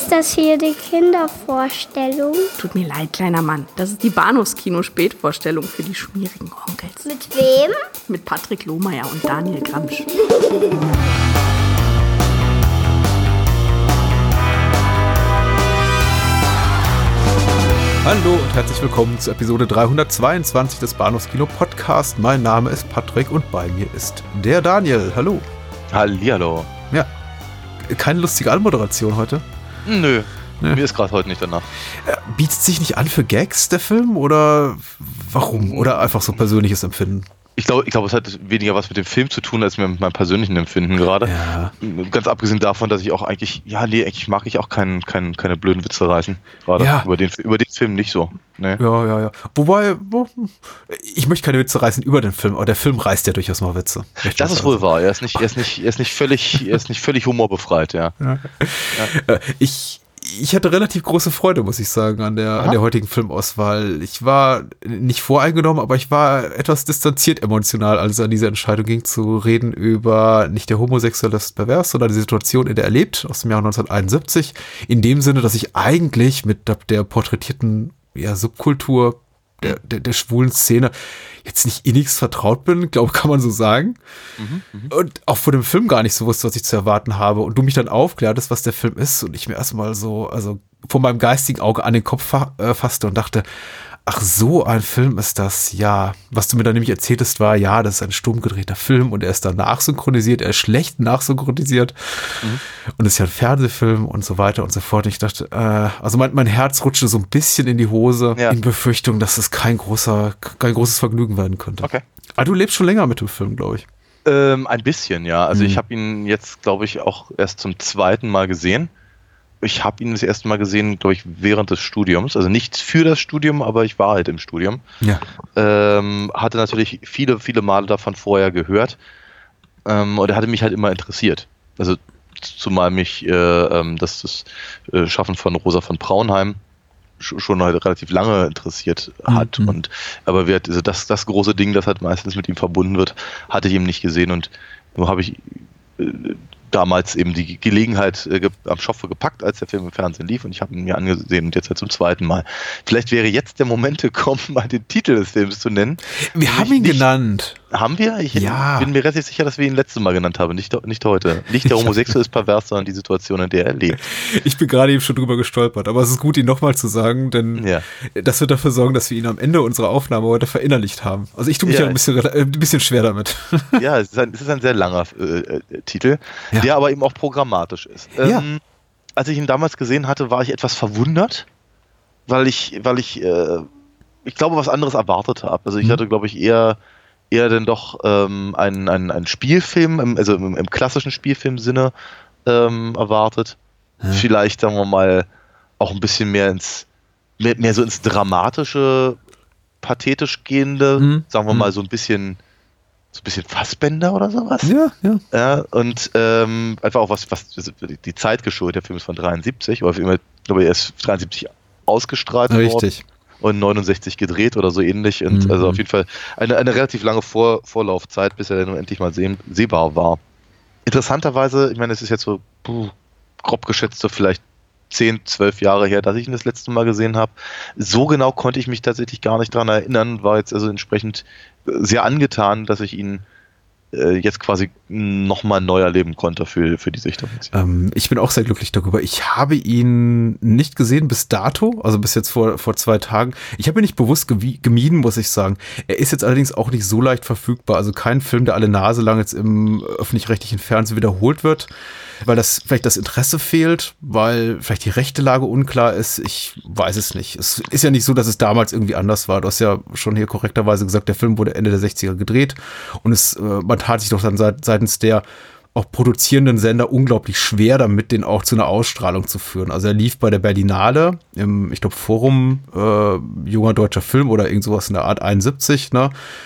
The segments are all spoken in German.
Ist das hier die Kindervorstellung? Tut mir leid, kleiner Mann. Das ist die Bahnhofskino-Spätvorstellung für die schmierigen Onkels. Mit wem? Mit Patrick Lohmeier und Daniel Gramsch. Hallo und herzlich willkommen zu Episode 322 des Bahnhofskino-Podcast. Mein Name ist Patrick und bei mir ist der Daniel. Hallo. Hallihallo. Ja, keine lustige Anmoderation heute. Nö, mir ist gerade heute nicht danach. Bietet sich nicht an für Gags, der Film, oder warum? Oder einfach so persönliches Empfinden? Ich glaube, es hat weniger was mit dem Film zu tun, als mit meinem persönlichen Empfinden gerade. Ja. Ganz abgesehen davon, dass ich auch eigentlich mag ich auch keine blöden Witze reißen. Gerade Ja. über den Film nicht so. Nee. Ja. Wobei, ich möchte keine Witze reißen über den Film, aber der Film reißt ja durchaus mal Witze. Das ist wohl wahr. Er ist nicht völlig humorbefreit, ja. Ich hatte relativ große Freude, muss ich sagen, an der heutigen Filmauswahl. Ich war nicht voreingenommen, aber ich war etwas distanziert emotional, als es an diese Entscheidung ging, zu reden über nicht der Homosexuelle ist pervers, sondern die Situation, in der er lebt, aus dem Jahr 1971. In dem Sinne, dass ich eigentlich mit der porträtierten Subkultur der schwulen Szene jetzt nicht innigst vertraut bin, glaube, kann man so sagen. Und auch vor dem Film gar nicht so wusste, was ich zu erwarten habe. Und du mich dann aufklärtest, was der Film ist, und ich mir erstmal so, also vor meinem geistigen Auge an den Kopf fasste und dachte, ach, so ein Film ist das, ja. Was du mir dann nämlich erzähltest, war, ja, das ist ein stumm gedrehter Film und er ist dann nachsynchronisiert, er ist schlecht nachsynchronisiert und ist ja ein Fernsehfilm und so weiter und so fort. Und ich dachte, also mein Herz rutschte so ein bisschen in die Hose, in Befürchtung, dass es kein großes Vergnügen werden könnte. Okay. Aber du lebst schon länger mit dem Film, glaube ich. Ein bisschen, ja. Also ich habe ihn jetzt, glaube ich, auch erst zum zweiten Mal gesehen. Ich habe ihn das erste Mal gesehen, glaube ich, während des Studiums. Also nicht für das Studium, aber ich war halt im Studium. Ja. Hatte natürlich viele, viele Male davon vorher gehört. Und er hatte mich halt immer interessiert. Also zumal mich das Schaffen von Rosa von Braunheim schon halt relativ lange interessiert hat. Aber das große Ding, das halt meistens mit ihm verbunden wird, hatte ich eben nicht gesehen. Und nur habe ich damals eben die Gelegenheit am Schopfe gepackt, als der Film im Fernsehen lief, und ich habe ihn mir angesehen und jetzt halt zum zweiten Mal. Vielleicht wäre jetzt der Moment gekommen, mal den Titel des Films zu nennen. Wir haben ihn genannt. Haben wir? Ich bin mir relativ sicher, dass wir ihn letztes Mal genannt haben, nicht heute. Nicht der Homosexuelle ist pervers, sondern die Situation, in der er lebt. Ich bin gerade eben schon drüber gestolpert, aber es ist gut, ihn nochmal zu sagen, denn das wird dafür sorgen, dass wir ihn am Ende unserer Aufnahme heute verinnerlicht haben. Also ich tue mich ein bisschen schwer damit. Ja, es ist ein sehr langer Titel, der aber eben auch programmatisch ist. Als ich ihn damals gesehen hatte, war ich etwas verwundert, weil ich glaube, was anderes erwartet habe. Also ich hatte, glaube ich, eher denn doch einen Spielfilm, im klassischen Spielfilm-Sinne erwartet. Vielleicht, sagen wir mal, auch ein bisschen mehr so ins dramatische, pathetisch gehende, sagen wir mal so ein bisschen Fassbender oder sowas. Ja, und einfach auch was die Zeit geschuldet. Der Film ist von 73, oder ich glaube, er ist 73 ausgestrahlt worden. Richtig. Und 69 gedreht oder so ähnlich. Und also auf jeden Fall eine relativ lange Vorlaufzeit, bis er dann nur endlich mal sehbar war. Interessanterweise, ich meine, es ist jetzt so grob geschätzt so vielleicht 10, 12 Jahre her, dass ich ihn das letzte Mal gesehen habe. So genau konnte ich mich tatsächlich gar nicht dran erinnern, war jetzt also entsprechend sehr angetan, dass ich ihn jetzt quasi nochmal neu erleben konnte für die Sichtung. Ich bin auch sehr glücklich darüber. Ich habe ihn nicht gesehen bis dato, also bis jetzt vor 2 Tagen. Ich habe ihn nicht bewusst gemieden, muss ich sagen. Er ist jetzt allerdings auch nicht so leicht verfügbar. Also kein Film, der alle Nase lang jetzt im öffentlich-rechtlichen Fernsehen wiederholt wird, weil das vielleicht das Interesse fehlt, weil vielleicht die rechte Lage unklar ist. Ich weiß es nicht. Es ist ja nicht so, dass es damals irgendwie anders war. Du hast ja schon hier korrekterweise gesagt, der Film wurde Ende der 60er gedreht und man tat sich doch dann seitens der auch produzierenden Sender unglaublich schwer damit, den auch zu einer Ausstrahlung zu führen. Also er lief bei der Berlinale im, ich glaube, Forum junger deutscher Film oder irgend sowas in der Art 71, ne?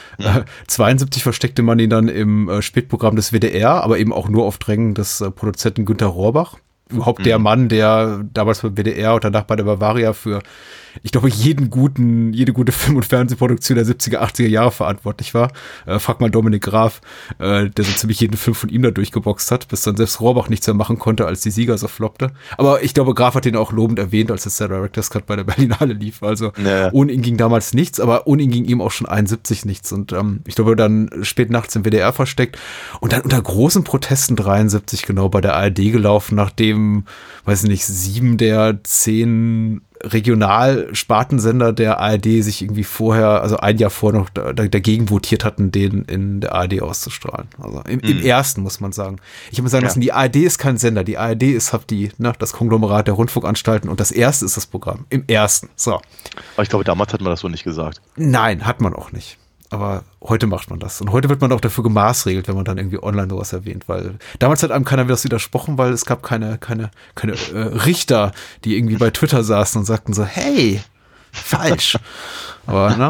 72 versteckte man ihn dann im Spätprogramm des WDR, aber eben auch nur auf Drängen des Produzenten Günter Rohrbach. Überhaupt der Mann, der damals beim WDR und danach bei der Bavaria für ich glaube, jede gute Film- und Fernsehproduktion der 70er, 80er Jahre verantwortlich war. Frag mal Dominik Graf, der so ziemlich jeden Film von ihm da durchgeboxt hat, bis dann selbst Rohrbach nichts mehr machen konnte, als die Sieger so floppte. Aber ich glaube, Graf hat den auch lobend erwähnt, als es der Director's Cut bei der Berlinale lief. Also ohne ihn ging damals nichts, aber ohne ihn ging ihm auch schon 71 nichts. Und ich glaube, dann spät nachts im WDR versteckt und dann unter großen Protesten 73 genau bei der ARD gelaufen, nachdem, weiß nicht, 7 der 10 Regionalspartensender der ARD sich irgendwie vorher, also ein Jahr vorher noch dagegen votiert hatten, den in der ARD auszustrahlen. Also im ersten, muss man sagen. Ich muss sagen lassen, die ARD ist kein Sender, die ARD ist das Konglomerat der Rundfunkanstalten und das erste ist das Programm. Im ersten. So. Aber ich glaube, damals hat man das so nicht gesagt. Nein, hat man auch nicht. Aber heute macht man das. Und heute wird man auch dafür gemaßregelt, wenn man dann irgendwie online sowas erwähnt, weil damals hat einem keiner das widersprochen, weil es gab keine Richter, die irgendwie bei Twitter saßen und sagten so, hey, falsch. Aber, ne?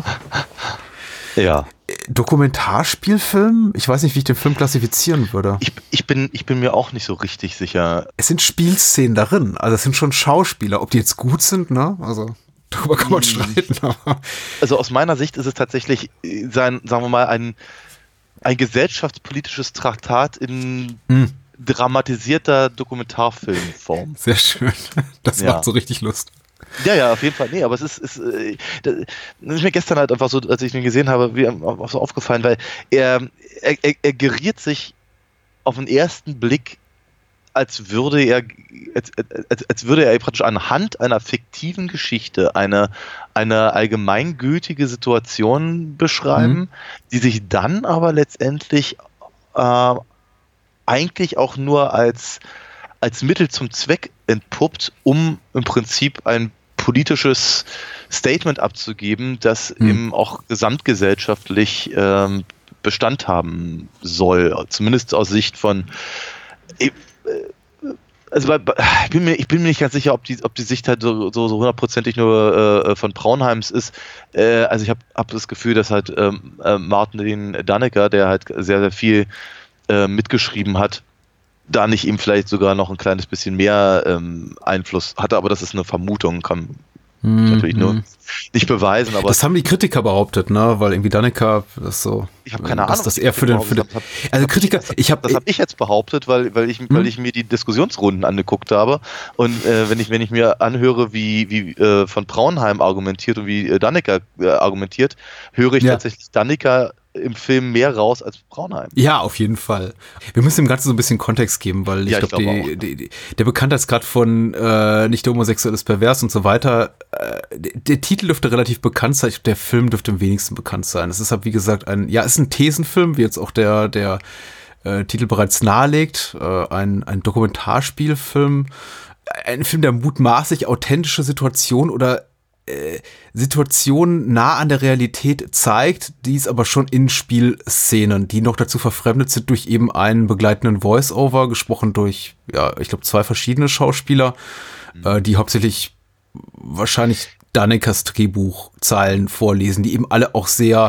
Ja. Dokumentarspielfilm? Ich weiß nicht, wie ich den Film klassifizieren würde. Ich bin mir auch nicht so richtig sicher. Es sind Spielszenen darin. Also es sind schon Schauspieler. Ob die jetzt gut sind, ne? Also darüber kann man streiten. Aber. Also aus meiner Sicht ist es tatsächlich sagen wir mal, ein gesellschaftspolitisches Traktat in dramatisierter Dokumentarfilmform. Sehr schön. Das macht so richtig Lust. Ja, auf jeden Fall. Nee, aber das ist mir gestern halt einfach so, als ich ihn gesehen habe, auch so aufgefallen, weil er geriert sich auf den ersten Blick, als würde er praktisch anhand einer fiktiven Geschichte eine allgemeingültige Situation beschreiben, die sich dann aber letztendlich eigentlich auch nur als Mittel zum Zweck entpuppt, um im Prinzip ein politisches Statement abzugeben, das eben auch gesamtgesellschaftlich Bestand haben soll, zumindest aus Sicht von also ich bin mir nicht ganz sicher, ob die Sicht halt so hundertprozentig nur von Braunheims ist. Also ich hab das Gefühl, dass halt Martin Dannecker, der halt sehr, sehr viel mitgeschrieben hat, da nicht eben vielleicht sogar noch ein kleines bisschen mehr Einfluss hatte, aber das ist eine Vermutung, kann ich natürlich nur nicht beweisen. Aber das haben die Kritiker behauptet, ne? Weil irgendwie Dannecker das so. Ich habe keine Ahnung, dass er für den also Kritiker. Das habe ich jetzt behauptet, weil ich mir die Diskussionsrunden angeguckt habe und wenn ich mir anhöre, wie von Braunheim argumentiert und wie Dannecker argumentiert, höre ich tatsächlich Dannecker im Film mehr raus als Braunheim. Ja, auf jeden Fall. Wir müssen dem Ganzen so ein bisschen Kontext geben, weil ich glaube, der Bekanntheitsgrad von nicht homosexuell ist pervers und so weiter, der Titel dürfte relativ bekannt sein, der Film dürfte am wenigsten bekannt sein. Es ist halt, wie gesagt, ist ein Thesenfilm, wie jetzt auch der Titel bereits nahelegt, ein Dokumentarspielfilm, ein Film, der mutmaßlich authentische Situationen oder Situationen nah an der Realität zeigt, dies aber schon in Spielszenen, die noch dazu verfremdet sind durch eben einen begleitenden Voice-Over, gesprochen durch, ich glaube 2 verschiedene Schauspieler, die hauptsächlich wahrscheinlich Danneckers Drehbuchzeilen vorlesen, die eben alle auch sehr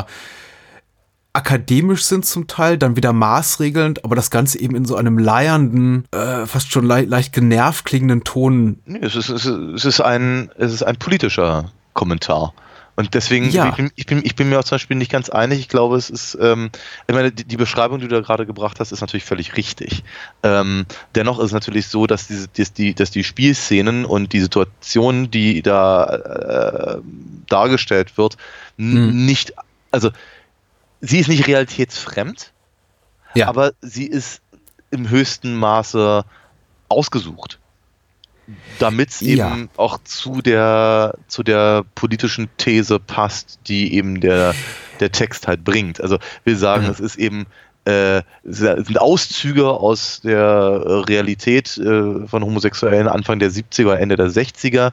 akademisch sind zum Teil, dann wieder maßregelnd, aber das Ganze eben in so einem leiernden, fast schon leicht genervt klingenden Ton. Nee, es ist ein politischer Kommentar. Und deswegen, ich bin mir auch zum Beispiel nicht ganz einig. Ich glaube, es ist, ich meine, die Beschreibung, die du da gerade gebracht hast, ist natürlich völlig richtig. Dennoch ist es natürlich so, dass die Spielszenen und die Situation, die da dargestellt wird, nicht, also sie ist nicht realitätsfremd, aber sie ist im höchsten Maße ausgesucht, damit es eben auch zu der politischen These passt, die eben der Text halt bringt. Also wir sagen, es ist eben es sind Auszüge aus der Realität von Homosexuellen Anfang der 70er, Ende der 60er,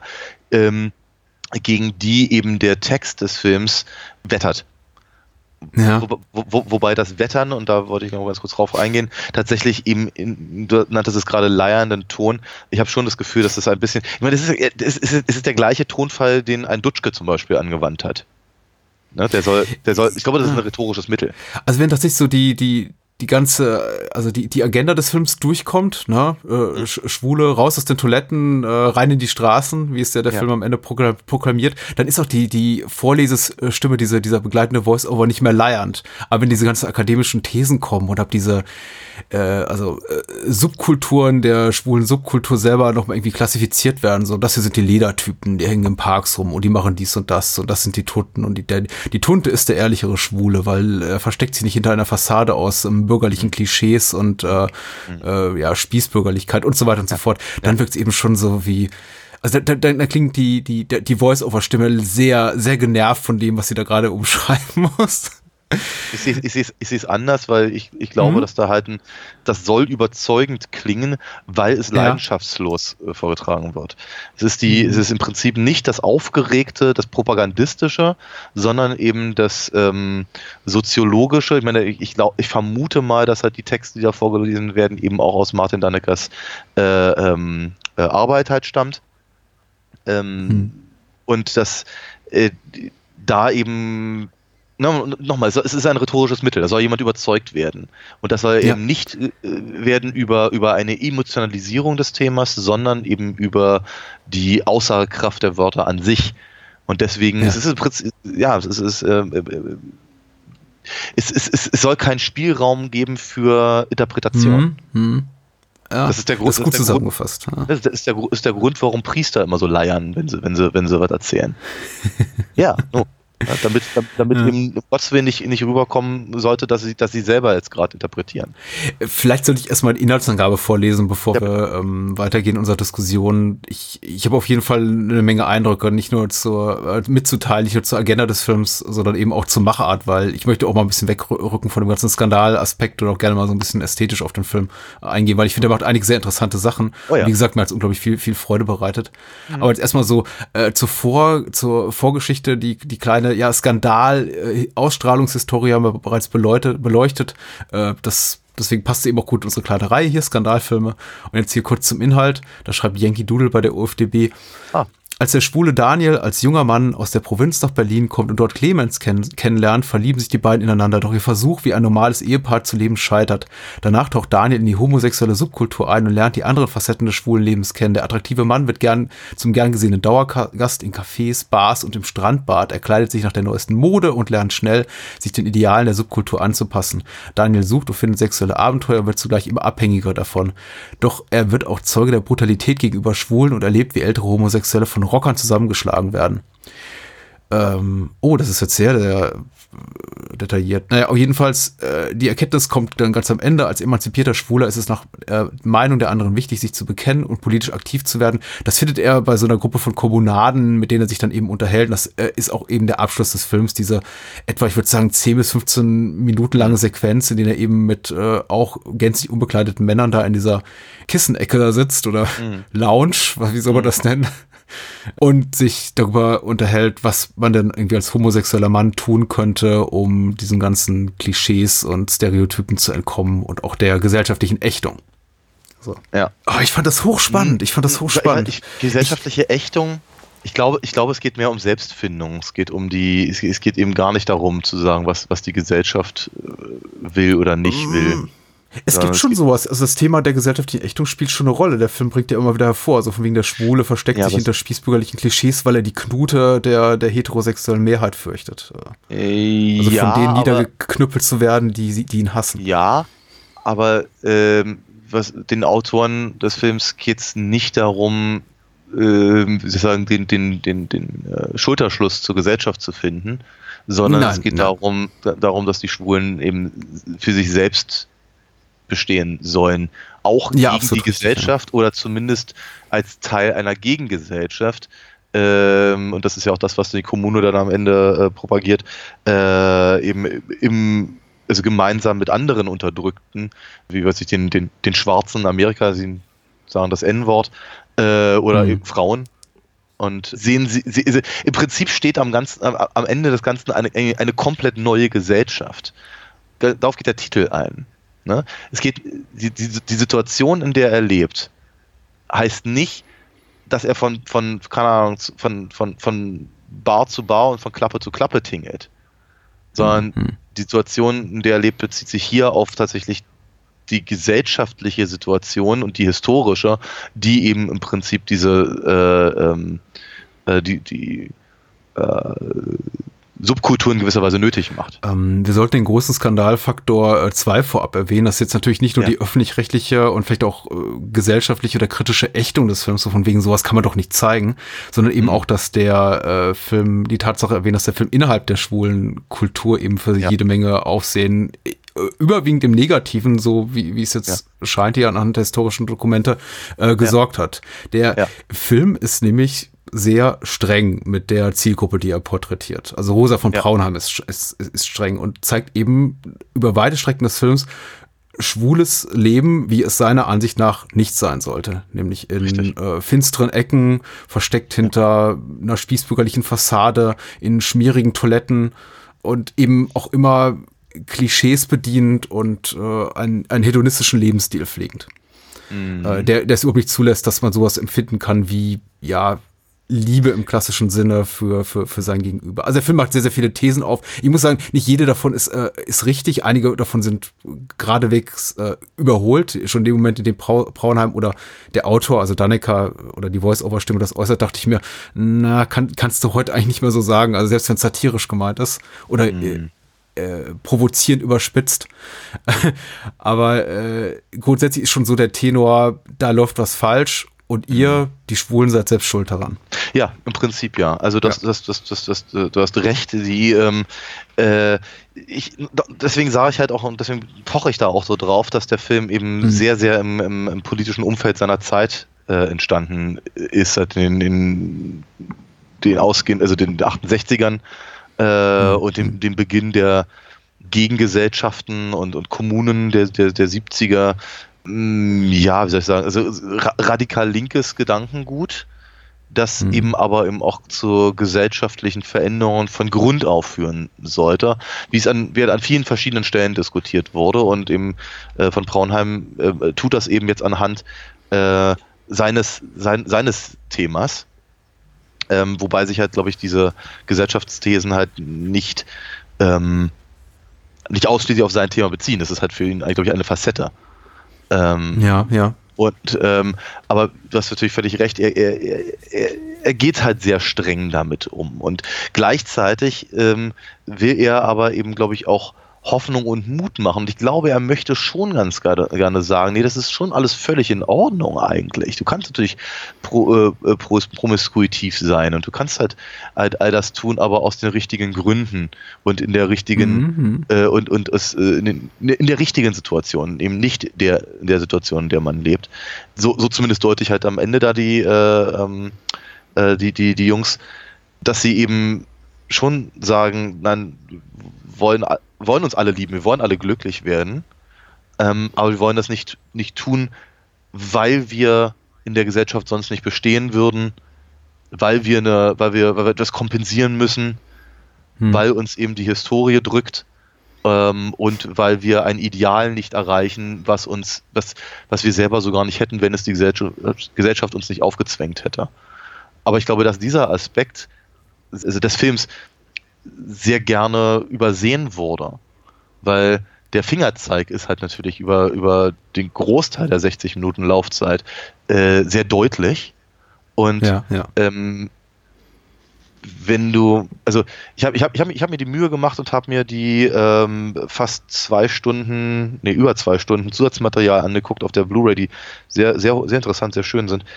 gegen die eben der Text des Films wettert. Ja. Wobei das Wettern, und da wollte ich noch ganz kurz drauf eingehen, tatsächlich eben, du nanntest es gerade leiernden Ton. Ich habe schon das Gefühl, dass das ein bisschen, ich meine, es ist der gleiche Tonfall, den ein Dutschke zum Beispiel angewandt hat. Ne, der soll, ich glaube, das ist ein rhetorisches Mittel. Also wenn tatsächlich so die die ganze, also die Agenda des Films durchkommt, ne? Schwule raus aus den Toiletten, rein in die Straßen, wie es der Film am Ende proklamiert, dann ist auch die Vorlesestimme, dieser begleitende Voice-Over nicht mehr leiernd. Aber wenn diese ganzen akademischen Thesen kommen und ab diese Subkulturen der schwulen Subkultur selber noch mal irgendwie klassifiziert werden, so, das hier sind die Ledertypen, die hängen in Parks rum und die machen dies und das sind die Tunten und die Tunte ist der ehrlichere Schwule, weil er versteckt sich nicht hinter einer Fassade aus bürgerlichen Klischees und Spießbürgerlichkeit und so weiter und so fort. Dann wirkt es eben schon so wie, also da klingt die Voice-Over-Stimme sehr, sehr genervt von dem, was sie da gerade umschreiben muss. Ich sehe es anders, weil ich glaube, dass da halt das soll überzeugend klingen, weil es leidenschaftslos vorgetragen wird. Es ist im Prinzip nicht das Aufgeregte, das Propagandistische, sondern eben das Soziologische. Ich meine, ich vermute mal, dass halt die Texte, die da vorgelesen werden, eben auch aus Martin Danneckers Arbeit halt stammt. Und dass da eben nochmal, es ist ein rhetorisches Mittel, da soll jemand überzeugt werden. Und das soll eben nicht werden über eine Emotionalisierung des Themas, sondern eben über die Aussagekraft der Wörter an sich. Und deswegen es soll keinen Spielraum geben für Interpretation. Ja, das ist der Grund, das ist gut zusammengefasst. Das ist der Grund, warum Priester immer so leiern, wenn sie was erzählen. Ja, damit eben Gottes Willen nicht rüberkommen sollte, dass sie selber jetzt gerade interpretieren. Vielleicht sollte ich erstmal die Inhaltsangabe vorlesen, bevor wir weitergehen in unserer Diskussion. Ich habe auf jeden Fall eine Menge Eindrücke, nicht nur mitzuteilen, nicht nur zur Agenda des Films, sondern eben auch zur Machart, weil ich möchte auch mal ein bisschen wegrücken von dem ganzen Skandalaspekt und auch gerne mal so ein bisschen ästhetisch auf den Film eingehen, weil ich finde, er macht einige sehr interessante Sachen. Oh ja. Wie gesagt, mir hat es unglaublich viel Freude bereitet. Aber jetzt erstmal so zur Vorgeschichte, die kleine Skandal, Ausstrahlungshistorie haben wir bereits beleuchtet. Deswegen passt es eben auch gut in unsere kleine Reihe hier, Skandalfilme. Und jetzt hier kurz zum Inhalt. Da schreibt Yankee Doodle bei der OFDB. Als der schwule Daniel als junger Mann aus der Provinz nach Berlin kommt und dort Clemens kennenlernt, verlieben sich die beiden ineinander. Doch ihr Versuch, wie ein normales Ehepaar zu leben, scheitert. Danach taucht Daniel in die homosexuelle Subkultur ein und lernt die anderen Facetten des schwulen Lebens kennen. Der attraktive Mann wird zum gern gesehenen Dauergast in Cafés, Bars und im Strandbad. Er kleidet sich nach der neuesten Mode und lernt schnell, sich den Idealen der Subkultur anzupassen. Daniel sucht und findet sexuelle Abenteuer und wird zugleich immer abhängiger davon. Doch er wird auch Zeuge der Brutalität gegenüber Schwulen und erlebt, wie ältere Homosexuelle von Rockern zusammengeschlagen werden. Das ist jetzt sehr, sehr detailliert. Naja, auf jeden Fall, die Erkenntnis kommt dann ganz am Ende. Als emanzipierter Schwuler ist es nach Meinung der anderen wichtig, sich zu bekennen und politisch aktiv zu werden. Das findet er bei so einer Gruppe von Kommunaden, mit denen er sich dann eben unterhält. Das ist auch eben der Abschluss des Films, diese etwa, ich würde sagen, 10 bis 15 Minuten lange Sequenz, in der er eben mit auch gänzlich unbekleideten Männern da in dieser Kissenecke da sitzt oder Lounge, wie soll man das nennen? Und sich darüber unterhält, was man denn irgendwie als homosexueller Mann tun könnte, um diesen ganzen Klischees und Stereotypen zu entkommen und auch der gesellschaftlichen Ächtung. So. Ja. Oh, ich fand das hochspannend. Gesellschaftliche Ächtung, ich glaube, es geht mehr um Selbstfindung. Es geht eben gar nicht darum zu sagen, was die Gesellschaft will oder nicht will. Es gibt schon sowas, also das Thema der gesellschaftlichen Ächtung spielt schon eine Rolle. Der Film bringt ja immer wieder hervor, also von wegen der Schwule versteckt sich hinter spießbürgerlichen Klischees, weil er die Knute der heterosexuellen Mehrheit fürchtet. Also von denen niedergeknüppelt zu werden, die ihn hassen. Ja, aber den Autoren des Films geht es nicht darum, sozusagen den Schulterschluss zur Gesellschaft zu finden, sondern es geht darum, dass die Schwulen eben für sich selbst bestehen sollen, auch gegen die Gesellschaft oder zumindest als Teil einer Gegengesellschaft. Und das ist ja auch das, was die Kommune dann am Ende propagiert, also gemeinsam mit anderen Unterdrückten, wie weiß ich, den Schwarzen in Amerika, sie sagen das N-Wort, oder eben Frauen. Und sehen Sie, im Prinzip steht am Ende des Ganzen eine komplett neue Gesellschaft. Darauf geht der Titel ein. Ne? Es geht, die Situation, in der er lebt, heißt nicht, dass er von Bar zu Bar und von Klappe zu Klappe tingelt, sondern die Situation, in der er lebt, bezieht sich hier auf tatsächlich die gesellschaftliche Situation und die historische, die eben im Prinzip diese Subkulturen in gewisser Weise nötig macht. Wir sollten den großen Skandalfaktor 2 vorab erwähnen. Das ist jetzt natürlich nicht nur die öffentlich-rechtliche und vielleicht auch gesellschaftliche oder kritische Ächtung des Films, so von wegen sowas kann man doch nicht zeigen, sondern eben auch, dass der Film die Tatsache erwähnt, dass der Film innerhalb der schwulen Kultur eben für jede Menge Aufsehen überwiegend im Negativen, so wie es jetzt scheint hier anhand der historischen Dokumente, gesorgt hat. Der Film ist nämlich sehr streng mit der Zielgruppe, die er porträtiert. Also Rosa von Braunheim ist streng und zeigt eben über weite Strecken des Films schwules Leben, wie es seiner Ansicht nach nicht sein sollte. Nämlich in finsteren Ecken, versteckt hinter einer spießbürgerlichen Fassade, in schmierigen Toiletten und eben auch immer Klischees bedient und einen hedonistischen Lebensstil pflegend. Der es überhaupt nicht zulässt, dass man sowas empfinden kann wie, Liebe im klassischen Sinne für sein Gegenüber. Also der Film macht sehr, sehr viele Thesen auf. Ich muss sagen, nicht jede davon ist richtig. Einige davon sind geradewegs überholt. Schon in dem Moment, in dem Braunheim oder der Autor, also Dannecker oder die Voice-Over-Stimme das äußert, dachte ich mir, kannst du heute eigentlich nicht mehr so sagen. Also selbst wenn es satirisch gemeint ist oder provozierend überspitzt. Aber grundsätzlich ist schon so der Tenor, da läuft was falsch. Und ihr, die Schwulen, seid selbst schuld daran. Ja, im Prinzip ja. Also du hast recht. Deswegen sage ich halt auch, und deswegen poche ich da auch so drauf, dass der Film eben sehr, sehr im politischen Umfeld seiner Zeit entstanden ist, in den 68ern und dem Beginn der Gegengesellschaften und Kommunen der 70er. Wie soll ich sagen, also radikal linkes Gedankengut, das eben aber eben auch zur gesellschaftlichen Veränderung von Grund auf führen sollte, wie es an vielen verschiedenen Stellen diskutiert wurde und eben von Braunheim tut das eben jetzt anhand seines Themas, wobei sich halt, glaube ich, diese Gesellschaftsthesen halt nicht ausschließlich auf sein Thema beziehen. Das ist halt für ihn eigentlich, glaube ich, eine Facette. Und aber du hast natürlich völlig recht, er geht halt sehr streng damit um und gleichzeitig will er aber eben, glaube ich, auch Hoffnung und Mut machen. Und ich glaube, er möchte schon ganz gerne sagen, nee, das ist schon alles völlig in Ordnung eigentlich. Du kannst natürlich promiskuitiv sein und du kannst halt all das tun, aber aus den richtigen Gründen und in der richtigen in der richtigen Situation, eben nicht in der Situation, in der man lebt. So zumindest deute ich halt am Ende da die Jungs, dass sie eben schon sagen, nein, wollen uns alle lieben, wir wollen alle glücklich werden, aber wir wollen das nicht tun, weil wir in der Gesellschaft sonst nicht bestehen würden, weil wir etwas kompensieren müssen, weil uns eben die Historie drückt und weil wir ein Ideal nicht erreichen, was wir selber so gar nicht hätten, wenn es die Gesellschaft uns nicht aufgezwängt hätte. Aber ich glaube, dass dieser Aspekt des Films sehr gerne übersehen wurde, weil der Fingerzeig ist halt natürlich über den Großteil der 60 Minuten Laufzeit sehr deutlich und wenn du, also ich hab mir die Mühe gemacht und habe mir die fast über 2 Stunden Zusatzmaterial angeguckt auf der Blu-ray, die sehr, sehr, sehr interessant, sehr schön sind.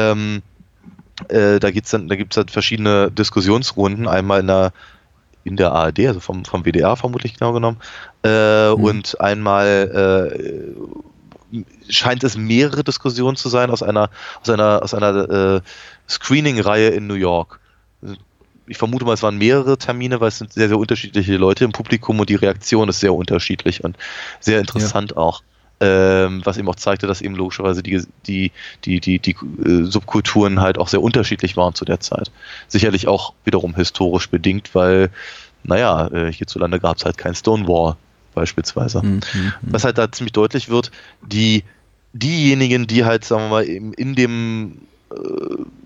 Da gibt's halt verschiedene Diskussionsrunden, einmal in der ARD, also vom WDR vermutlich genau genommen, und einmal scheint es mehrere Diskussionen zu sein aus einer Screening-Reihe in New York. Ich vermute mal, es waren mehrere Termine, weil es sind sehr, sehr unterschiedliche Leute im Publikum und die Reaktion ist sehr unterschiedlich und sehr interessant auch. Was eben auch zeigte, dass eben logischerweise die Subkulturen halt auch sehr unterschiedlich waren zu der Zeit. Sicherlich auch wiederum historisch bedingt, weil, hierzulande gab es halt kein Stonewall beispielsweise. Was halt da ziemlich deutlich wird, diejenigen, die halt, sagen wir mal, in dem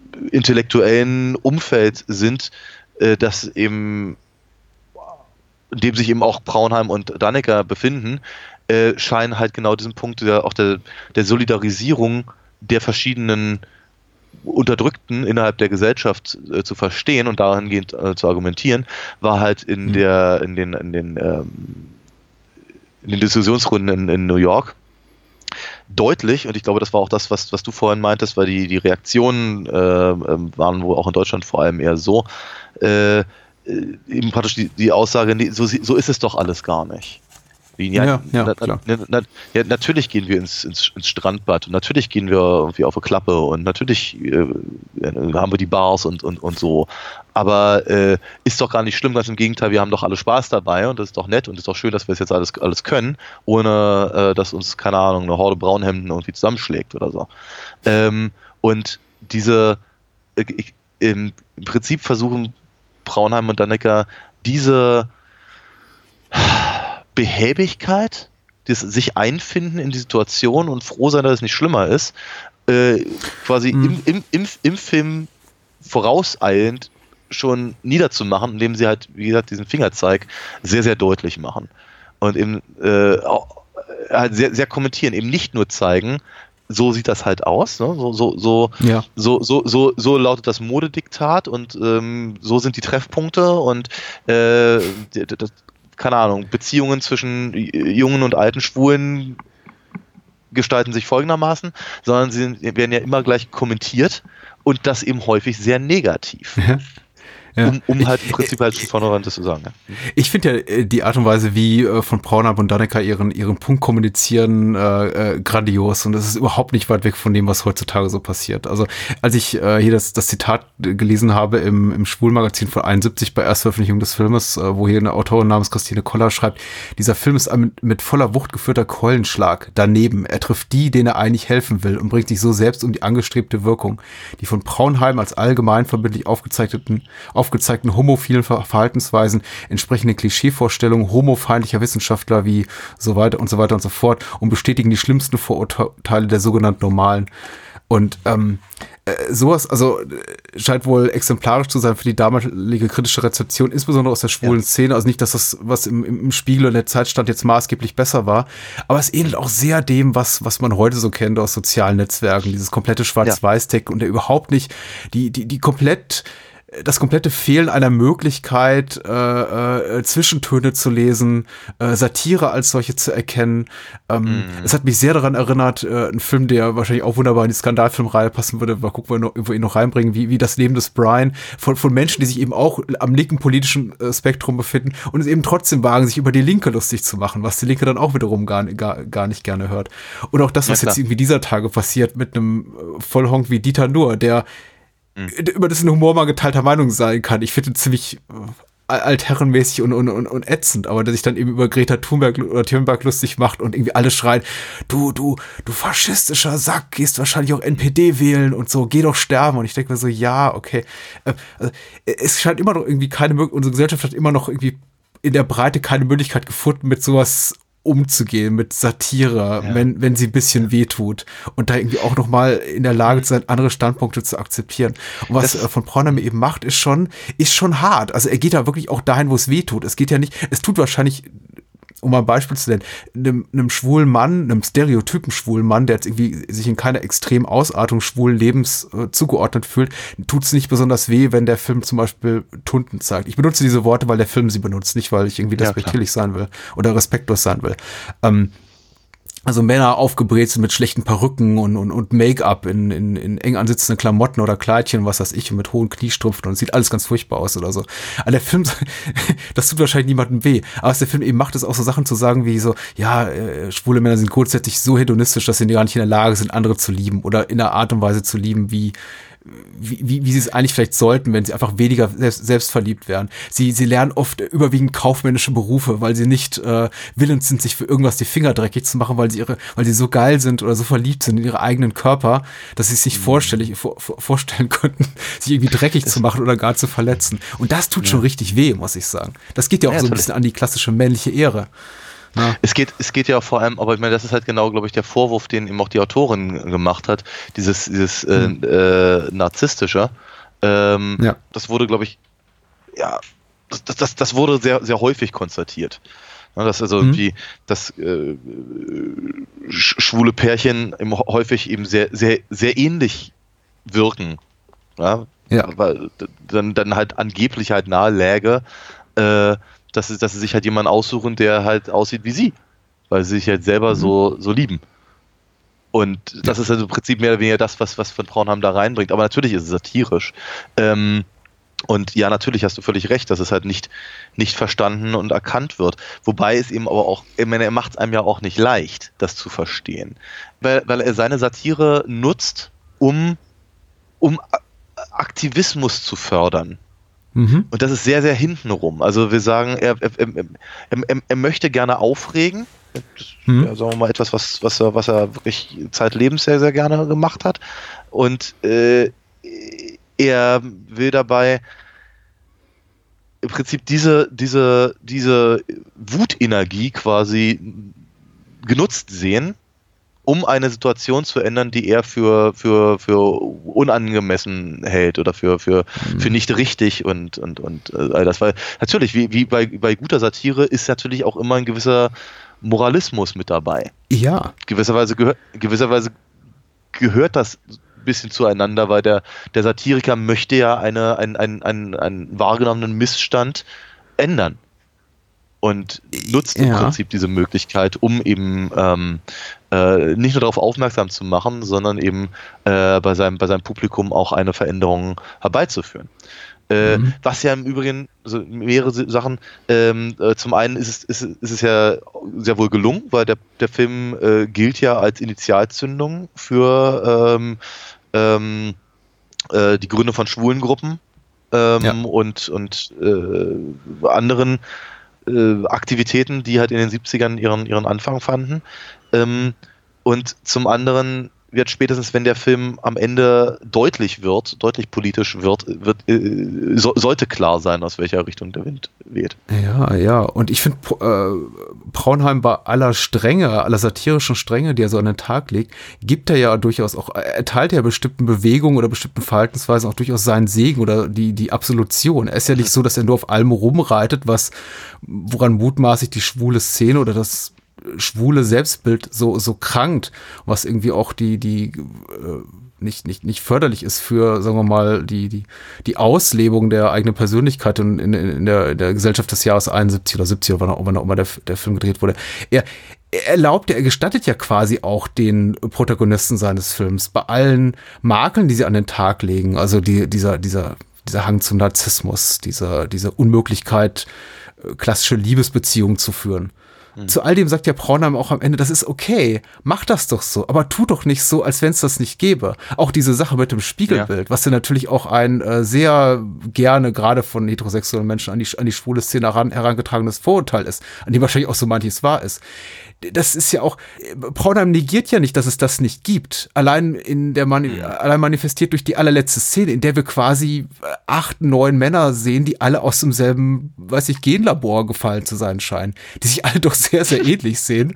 intellektuellen Umfeld sind, das eben in dem sich eben auch Praunheim und Dannecker befinden, scheinen halt genau diesen Punkt auch der Solidarisierung der verschiedenen Unterdrückten innerhalb der Gesellschaft zu verstehen und dahingehend zu argumentieren, war halt in den Diskussionsrunden in New York deutlich, und ich glaube, das war auch das, was du vorhin meintest, weil die Reaktionen waren wohl auch in Deutschland vor allem eher so, eben praktisch die Aussage, nee, so ist es doch alles gar nicht. Natürlich gehen wir ins Strandbad und natürlich gehen wir irgendwie auf eine Klappe und natürlich haben wir die Bars und so. Aber ist doch gar nicht schlimm, ganz im Gegenteil, wir haben doch alle Spaß dabei und das ist doch nett und ist doch schön, dass wir es jetzt alles können, ohne dass uns, keine Ahnung, eine Horde Braunhemden irgendwie zusammenschlägt oder so. Und diese im Prinzip versuchen Praunheim und Dannecker diese Behäbigkeit, das sich einfinden in die Situation und froh sein, dass es nicht schlimmer ist, quasi im Film vorauseilend schon niederzumachen, indem sie halt, wie gesagt, diesen Fingerzeig sehr, sehr deutlich machen. Und eben halt sehr, sehr kommentieren, eben nicht nur zeigen, so sieht das halt aus, ne? So lautet das Modediktat und so sind die Treffpunkte und keine Ahnung, Beziehungen zwischen jungen und alten Schwulen gestalten sich folgendermaßen, sondern sie werden ja immer gleich kommentiert und das eben häufig sehr negativ. Ja. Um halt im Prinzip halt von vornherein das zu sagen. Ja. Ich finde ja die Art und Weise, wie von Praunheim und Dannecker ihren Punkt kommunizieren, grandios, und das ist überhaupt nicht weit weg von dem, was heutzutage so passiert. Also als ich hier das Zitat gelesen habe im Schwulmagazin von 71 bei Erstveröffentlichung des Filmes, wo hier eine Autorin namens Christine Koller schreibt, dieser Film ist ein mit voller Wucht geführter Keulenschlag daneben. Er trifft die, denen er eigentlich helfen will, und bringt sich so selbst um die angestrebte Wirkung, die von Praunheim als allgemein verbindlich aufgezeigten homophilen Verhaltensweisen, entsprechende Klischeevorstellungen homofeindlicher Wissenschaftler wie so weiter und so fort, und bestätigen die schlimmsten Vorurteile der sogenannten Normalen. Und sowas, also scheint wohl exemplarisch zu sein für die damalige kritische Rezeption, insbesondere aus der schwulen Szene. Also nicht, dass das, was im Spiegel und der Zeit stand, jetzt maßgeblich besser war, aber es ähnelt auch sehr dem, was man heute so kennt aus sozialen Netzwerken, dieses komplette Schwarz-Weiß-Tech und der überhaupt nicht das komplette Fehlen einer Möglichkeit, Zwischentöne zu lesen, Satire als solche zu erkennen. Es hat mich sehr daran erinnert, ein Film, der wahrscheinlich auch wunderbar in die Skandalfilmreihe passen würde, mal gucken, ob wir ihn noch reinbringen, wie das Leben des Brian, von Menschen, die sich eben auch am linken politischen Spektrum befinden und es eben trotzdem wagen, sich über die Linke lustig zu machen, was die Linke dann auch wiederum gar nicht gerne hört. Und auch das, was jetzt irgendwie dieser Tage passiert mit einem Vollhonk wie Dieter Nuhr, der über dessen Humor mal geteilter Meinung sein kann. Ich finde ihn ziemlich altherrenmäßig und ätzend, aber der sich dann eben über Greta Thunberg lustig macht und irgendwie alle schreien, du faschistischer Sack, gehst wahrscheinlich auch NPD wählen und so, geh doch sterben. Und ich denke mir so, ja, okay. Also, es scheint immer noch irgendwie unsere Gesellschaft hat immer noch irgendwie in der Breite keine Möglichkeit gefunden, mit sowas umzugehen, mit Satire, wenn sie ein bisschen wehtut und da irgendwie auch nochmal in der Lage zu sein, andere Standpunkte zu akzeptieren. Und was von Praunheim eben macht, ist schon hart. Also er geht da wirklich auch dahin, wo es wehtut. Es tut wahrscheinlich, um mal ein Beispiel zu nennen, einem schwulen Mann, einem stereotypen schwulen Mann, der jetzt irgendwie sich in keiner extremen Ausartung schwulen Lebens zugeordnet fühlt, tut es nicht besonders weh, wenn der Film zum Beispiel Tunden zeigt. Ich benutze diese Worte, weil der Film sie benutzt, nicht weil ich irgendwie despektierlich sein will oder respektlos sein will. Also Männer aufgebrezelt mit schlechten Perücken und Make-up in eng ansitzenden Klamotten oder Kleidchen, was weiß ich, und mit hohen Kniestrümpfen, und es sieht alles ganz furchtbar aus oder so. Aber der Film, das tut wahrscheinlich niemandem weh. Aber was der Film eben macht, ist auch so Sachen zu sagen wie so, schwule Männer sind grundsätzlich so hedonistisch, dass sie gar nicht in der Lage sind, andere zu lieben oder in einer Art und Weise zu lieben, wie sie es eigentlich vielleicht sollten, wenn sie einfach weniger selbstverliebt wären. Sie lernen oft überwiegend kaufmännische Berufe, weil sie nicht willens sind, sich für irgendwas die Finger dreckig zu machen, weil sie so geil sind oder so verliebt sind in ihre eigenen Körper, dass sie es sich vorstellen könnten, sich irgendwie dreckig zu machen oder gar zu verletzen. Und das tut schon richtig weh, muss ich sagen. Das geht ja auch so ein bisschen an die klassische männliche Ehre. Ja. Es geht ja vor allem, aber ich meine, das ist halt genau, glaube ich, der Vorwurf, den eben auch die Autorin gemacht hat, dieses narzisstische. Das wurde, glaube ich, das wurde sehr, sehr häufig konstatiert. Ja, dass also irgendwie dass schwule Pärchen eben häufig eben sehr, sehr, sehr ähnlich wirken. Ja? Weil dann halt angeblich halt nahe läge, dass sie sich halt jemanden aussuchen, der halt aussieht wie sie. Weil sie sich halt selber so lieben. Und das ist also im Prinzip mehr oder weniger das, was von Praunheim da reinbringt. Aber natürlich ist es satirisch. Und ja, natürlich hast du völlig recht, dass es halt nicht verstanden und erkannt wird. Wobei es eben aber auch, ich meine, er macht es einem ja auch nicht leicht, das zu verstehen. Weil er seine Satire nutzt, um Aktivismus zu fördern. Und das ist sehr, sehr hintenrum. Also wir sagen, er möchte gerne aufregen. Ja, sagen wir mal etwas, was er wirklich zeitlebens sehr, sehr gerne gemacht hat. Und er will dabei im Prinzip diese Wutenergie quasi genutzt sehen, um eine Situation zu ändern, die er für unangemessen hält oder für nicht richtig und all das. Weil natürlich, wie bei guter Satire ist natürlich auch immer ein gewisser Moralismus mit dabei. Ja. Gewisserweise gehört das ein bisschen zueinander, weil der Satiriker möchte ja einen wahrgenommenen Missstand ändern und nutzt im Prinzip diese Möglichkeit, um eben nicht nur darauf aufmerksam zu machen, sondern eben bei seinem Publikum auch eine Veränderung herbeizuführen. Was ja im Übrigen, also mehrere Sachen, zum einen ist es ja sehr wohl gelungen, weil der Film gilt ja als Initialzündung für die Gründung von Schwulengruppen und anderen Aktivitäten, die halt in den 70ern ihren Anfang fanden. Und zum anderen wird spätestens, wenn der Film am Ende deutlich politisch wird, sollte klar sein, aus welcher Richtung der Wind weht. Ja. Und ich finde, Praunheim bei aller Strenge, aller satirischen Strenge, die er so an den Tag legt, gibt er ja durchaus auch, erteilt ja bestimmten Bewegungen oder bestimmten Verhaltensweisen auch durchaus seinen Segen oder die Absolution. Er ist ja nicht so, dass er nur auf allem rumreitet, woran mutmaßlich die schwule Szene oder das schwule Selbstbild so krankt, was irgendwie auch die nicht förderlich ist für, sagen wir mal, die Auslebung der eigenen Persönlichkeit in der Gesellschaft des Jahres 71 oder 70 oder wann auch immer der Film gedreht wurde. Er gestattet ja quasi auch den Protagonisten seines Films bei allen Makeln, die sie an den Tag legen, also dieser Hang zum Narzissmus, diese Unmöglichkeit, klassische Liebesbeziehungen zu führen. Zu all dem sagt ja Praunheim auch am Ende, das ist okay, mach das doch so, aber tu doch nicht so, als wenn es das nicht gäbe. Auch diese Sache mit dem Spiegelbild, was ja natürlich auch ein sehr gerne gerade von heterosexuellen Menschen an die schwule Szene herangetragenes Vorurteil ist, an dem wahrscheinlich auch so manches wahr ist. Das ist ja auch, Praunheim negiert ja nicht, dass es das nicht gibt. Allein manifestiert durch die allerletzte Szene, in der wir quasi 8, 9 Männer sehen, die alle aus demselben, Genlabor gefallen zu sein scheinen, die sich alle doch sehr, sehr ähnlich sehen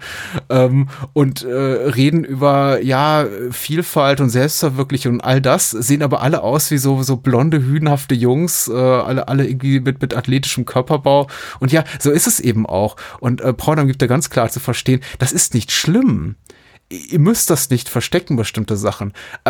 und reden über Vielfalt und Selbstverwirklichung und all das, sehen aber alle aus wie so blonde, hühnhafte Jungs, alle irgendwie mit athletischem Körperbau. Und ja, so ist es eben auch. Und Praunheim gibt da ganz klar zu verstehen, das ist nicht schlimm. Ihr müsst das nicht verstecken, bestimmte Sachen.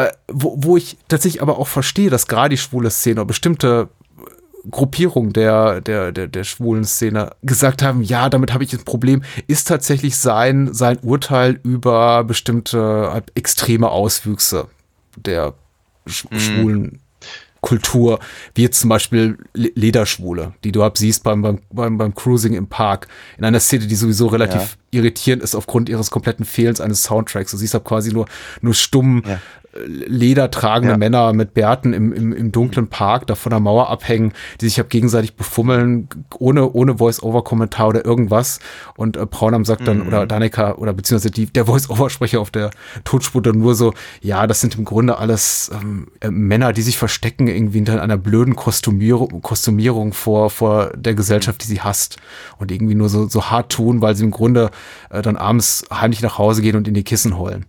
Wo ich tatsächlich aber auch verstehe, dass gerade die schwule Szene oder bestimmte Gruppierung der schwulen Szene gesagt haben, ja, damit habe ich ein Problem, ist tatsächlich sein Urteil über bestimmte extreme Auswüchse der schwulen Kultur, wie jetzt zum Beispiel Lederschwule, die du siehst beim Cruising im Park, in einer Szene, die sowieso relativ irritierend ist aufgrund ihres kompletten Fehlens eines Soundtracks. Du siehst quasi nur stumm ledertragende Männer mit Bärten im dunklen Park da von der Mauer abhängen, die sich gegenseitig befummeln, ohne Voice-Over-Kommentar oder irgendwas. Und Praunheim sagt dann, oder Danica, oder beziehungsweise der Voice-Over-Sprecher auf der Tonspur dann nur so, ja, das sind im Grunde alles Männer, die sich verstecken irgendwie hinter einer blöden Kostümierung vor der Gesellschaft, die sie hasst. Und irgendwie nur so hart tun, weil sie im Grunde dann abends heimlich nach Hause gehen und in die Kissen heulen.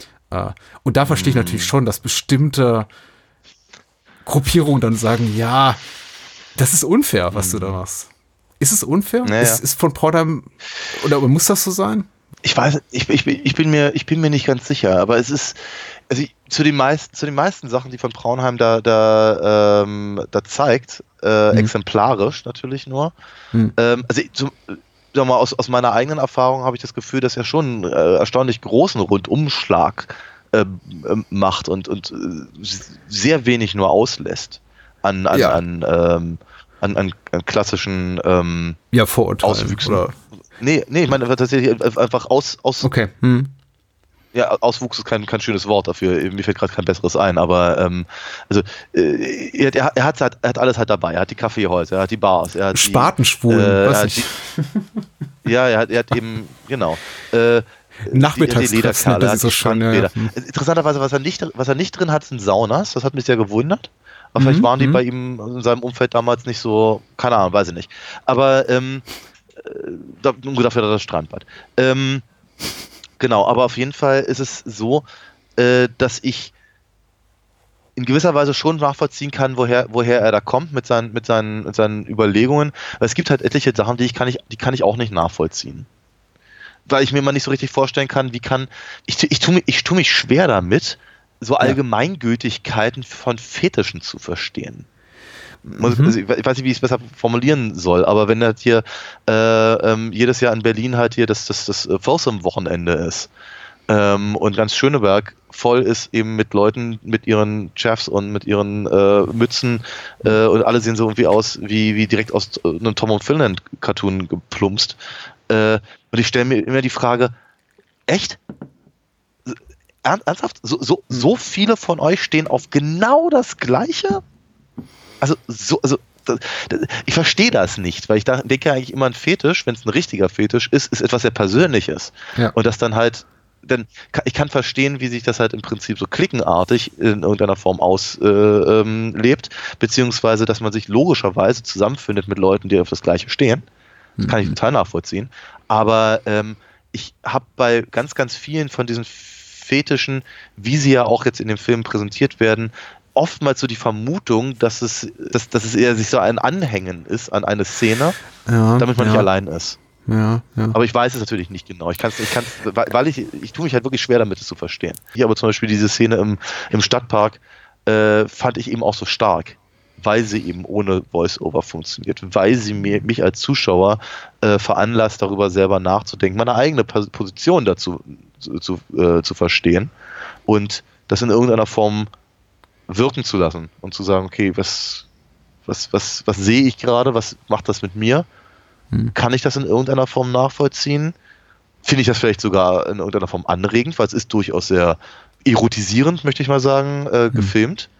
Und da verstehe ich natürlich schon, dass bestimmte Gruppierungen dann sagen, ja, Das ist unfair, was du da machst. Ist es unfair? Naja. Ist von Pornheim, oder muss das so sein? Ich weiß, ich bin mir nicht ganz sicher, aber es ist, also zu den meisten Sachen, die von Praunheim da zeigt, exemplarisch natürlich nur. Also sag mal, aus meiner eigenen Erfahrung habe ich das Gefühl, dass er schon einen erstaunlich großen Rundumschlag macht und sehr wenig nur auslässt an klassischen Vorurteilen. Auswüchsen. Oder? Nee, ich meine tatsächlich einfach Okay. Ja, Auswuchs ist kein schönes Wort dafür. Mir fällt gerade kein besseres ein, aber er hat alles halt dabei. Er hat die Kaffeehäuser, er hat die Bars, er hat Spatenschwulen, er hat eben, genau. Nachmittagstreffen, das ist so schön. Ja. Interessanterweise, was er nicht drin hat, sind Saunas. Das hat mich sehr gewundert. Aber vielleicht waren die bei ihm in seinem Umfeld damals nicht so, keine Ahnung, weiß ich nicht. Aber dafür hat er das Strandbad. Genau, aber auf jeden Fall ist es so, dass ich in gewisser Weise schon nachvollziehen kann, woher er da kommt mit seinen Überlegungen. Weil es gibt halt etliche Sachen, die kann ich auch nicht nachvollziehen. Weil ich mir mal nicht so richtig vorstellen kann, ich tue mich schwer damit, so Allgemeingültigkeiten von Fetischen zu verstehen. Also ich weiß nicht, wie ich es besser formulieren soll, aber wenn das hier jedes Jahr in Berlin halt hier das Folsom-Wochenende ist und ganz Schöneberg voll ist eben mit Leuten mit ihren Chefs und mit ihren Mützen und alle sehen so irgendwie aus wie direkt aus einem Tom und Finland Cartoon geplumpst. Und ich stelle mir immer die Frage, echt? Ernsthaft? So viele von euch stehen auf genau das Gleiche? Ich verstehe das nicht, weil ich denke eigentlich immer, ein Fetisch, wenn es ein richtiger Fetisch ist etwas sehr Persönliches. Ja. Und das dann halt, ich kann verstehen, wie sich das halt im Prinzip so klickenartig in irgendeiner Form auslebt, beziehungsweise, dass man sich logischerweise zusammenfindet mit Leuten, die auf das Gleiche stehen. Das kann ich total nachvollziehen. Aber ich habe bei ganz, ganz vielen von diesen Fetischen, wie sie ja auch jetzt in dem Film präsentiert werden, oftmals so die Vermutung, dass es eher sich so ein Anhängen ist an eine Szene, damit man nicht allein ist. Ja. Aber ich weiß es natürlich nicht genau. Weil ich tue mich halt wirklich schwer damit, es zu verstehen. Hier aber zum Beispiel diese Szene im Stadtpark fand ich eben auch so stark, weil sie eben ohne Voice-Over funktioniert, weil sie mich als Zuschauer veranlasst, darüber selber nachzudenken, meine eigene Position dazu zu verstehen und das in irgendeiner Form wirken zu lassen und zu sagen, okay, was sehe ich gerade, was macht das mit mir? Kann ich das in irgendeiner Form nachvollziehen? Finde ich das vielleicht sogar in irgendeiner Form anregend, weil es ist durchaus sehr erotisierend, möchte ich mal sagen, gefilmt.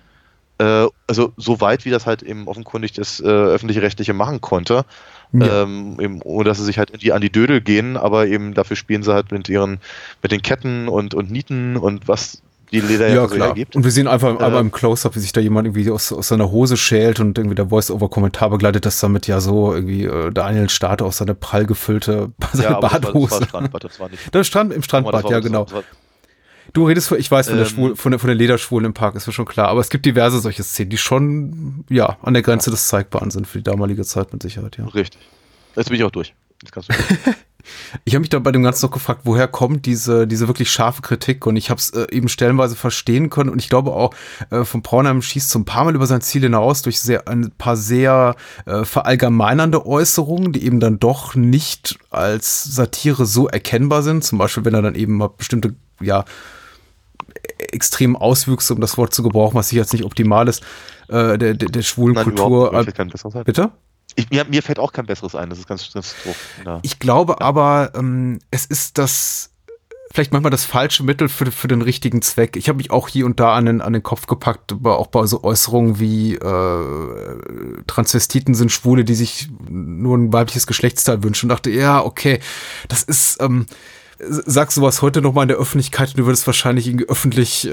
Also so weit, wie das halt eben offenkundig das Öffentlich-Rechtliche machen konnte, eben, ohne dass sie sich halt an die Dödel gehen, aber eben dafür spielen sie halt mit den Ketten und Nieten und was die Leder so hergibt. Und wir sehen einfach im Close-Up, wie sich da jemand irgendwie aus seiner Hose schält und irgendwie der Voice-Over-Kommentar begleitet das damit ja so irgendwie Daniel Starte aus seiner prall gefüllte Badhose. Im Strandbad, ja genau. Du redest, ich weiß, von der Lederschwulen im Park, ist mir schon klar, aber es gibt diverse solche Szenen, die schon, an der Grenze des Zeigbaren sind für die damalige Zeit mit Sicherheit, ja. Richtig. Jetzt bin ich auch durch. Jetzt kannst du Ich habe mich da bei dem Ganzen noch gefragt, woher kommt diese wirklich scharfe Kritik, und ich habe es eben stellenweise verstehen können, und ich glaube auch, von Praunheim schießt so ein paar Mal über sein Ziel hinaus durch ein paar sehr verallgemeinernde Äußerungen, die eben dann doch nicht als Satire so erkennbar sind, zum Beispiel wenn er dann eben mal bestimmte, extremen Auswüchse, um das Wort zu gebrauchen, was sicher jetzt nicht optimal ist, der schwulen Kultur. Bitte? Mir fällt auch kein besseres ein, das ist ganz doof. Ja. Ich glaube aber, es ist vielleicht manchmal das falsche Mittel für den richtigen Zweck. Ich habe mich auch hier und da an den Kopf gepackt, aber auch bei so Äußerungen wie Transvestiten sind Schwule, die sich nur ein weibliches Geschlechtsteil wünschen, und dachte, ja, okay, das ist sagst sowas heute nochmal in der Öffentlichkeit und du würdest wahrscheinlich irgendwie öffentlich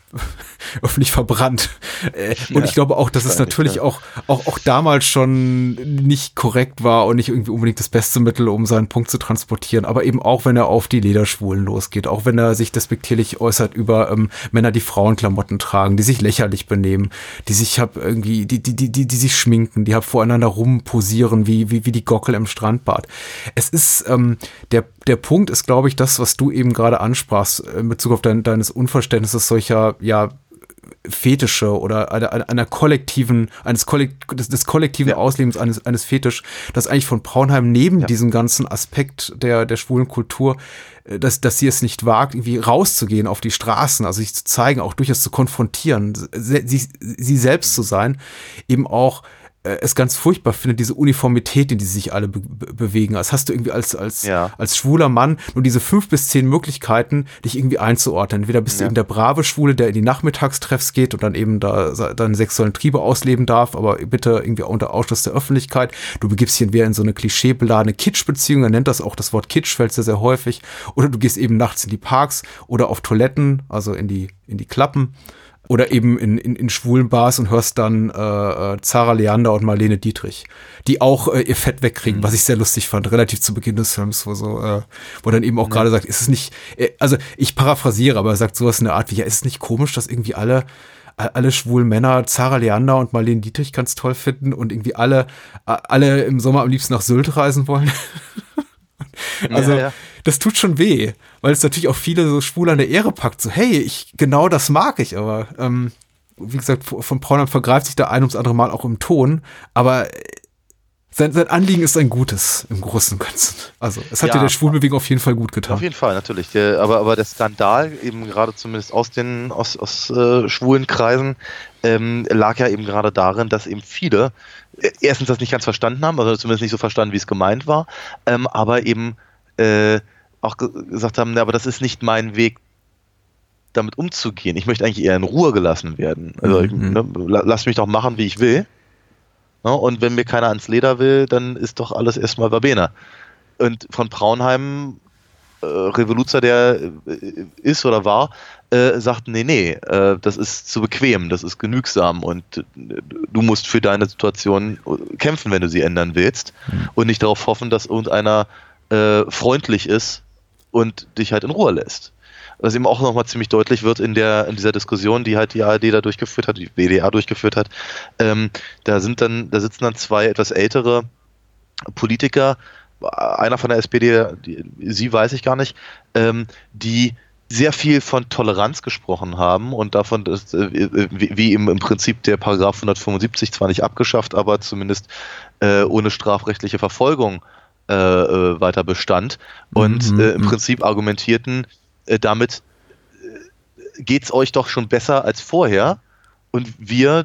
verbrannt. Und ich glaube auch, dass es natürlich auch damals schon nicht korrekt war und nicht irgendwie unbedingt das beste Mittel, um seinen Punkt zu transportieren. Aber eben auch, wenn er auf die Lederschwulen losgeht, auch wenn er sich despektierlich äußert über Männer, die Frauenklamotten tragen, die sich lächerlich benehmen, die sich die sich schminken, die voreinander rumposieren, wie die Gockel im Strandbad. Es ist, der Punkt ist, glaube ich, das, was du eben gerade ansprachst, in Bezug auf deines Unverständnisses solcher, Fetische oder des kollektiven Auslebens eines Fetisch, dass eigentlich von Praunheim neben diesem ganzen Aspekt der schwulen Kultur, dass sie es nicht wagt, irgendwie rauszugehen auf die Straßen, also sich zu zeigen, auch durchaus zu konfrontieren, sie selbst zu sein, eben auch es ganz furchtbar finde, diese Uniformität, in die sich alle bewegen. Das hast du irgendwie als schwuler Mann nur diese 5 bis 10 Möglichkeiten, dich irgendwie einzuordnen. Entweder bist du eben der brave Schwule, der in die Nachmittagstreffs geht und dann eben da seine sexuellen Triebe ausleben darf, aber bitte irgendwie unter Ausschluss der Öffentlichkeit. Du begibst dich entweder in so eine klischeebeladene Kitsch-Beziehung, er nennt das auch, das Wort Kitsch fällt sehr, sehr häufig, oder du gehst eben nachts in die Parks oder auf Toiletten, also in die Klappen. Oder eben in schwulen Bars und hörst dann Zara Leander und Marlene Dietrich, die auch ihr Fett wegkriegen, was ich sehr lustig fand, relativ zu Beginn des Films, wo dann eben auch gerade sagt, ist es nicht, also ich paraphrasiere, aber er sagt sowas in der Art wie, ist es nicht komisch, dass irgendwie alle schwulen Männer Zara Leander und Marlene Dietrich ganz toll finden und irgendwie alle im Sommer am liebsten nach Sylt reisen wollen? Also, das tut schon weh, weil es natürlich auch viele so Schwule an der Ehre packt, so, hey, genau das mag ich, aber wie gesagt, von Praunheim vergreift sich der ein ums andere Mal auch im Ton, aber sein Anliegen ist ein gutes im Großen und Ganzen. Also, es hat dir der Schwulbewegung auf jeden Fall gut getan. Auf jeden Fall, natürlich. Aber der Skandal, eben gerade zumindest aus schwulen Kreisen, lag ja eben gerade darin, dass eben viele erstens das nicht ganz verstanden haben, also zumindest nicht so verstanden, wie es gemeint war, aber eben auch gesagt haben, aber das ist nicht mein Weg, damit umzugehen. Ich möchte eigentlich eher in Ruhe gelassen werden. Also lass mich doch machen, wie ich will. Ja, und wenn mir keiner ans Leder will, dann ist doch alles erstmal Verbena. Und von Praunheim, Revoluzer, der ist oder war, sagt, nee, das ist zu bequem, das ist genügsam und du musst für deine Situation kämpfen, wenn du sie ändern willst und nicht darauf hoffen, dass irgendeiner freundlich ist und dich halt in Ruhe lässt. Was eben auch nochmal ziemlich deutlich wird in dieser Diskussion, die halt die ARD da durchgeführt hat, die WDR durchgeführt hat. Da sitzen dann 2 etwas ältere Politiker, einer von der SPD, sie weiß ich gar nicht, die sehr viel von Toleranz gesprochen haben und davon, dass, wie im Prinzip der Paragraph 175 zwar nicht abgeschafft, aber zumindest ohne strafrechtliche Verfolgung weiter bestand und im Prinzip argumentierten, damit geht's euch doch schon besser als vorher und wir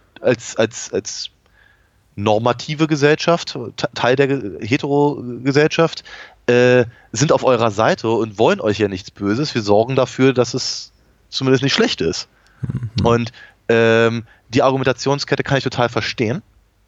als normative Gesellschaft, Teil der Hetero-Gesellschaft, sind auf eurer Seite und wollen euch ja nichts Böses. Wir sorgen dafür, dass es zumindest nicht schlecht ist. Und die Argumentationskette kann ich total verstehen.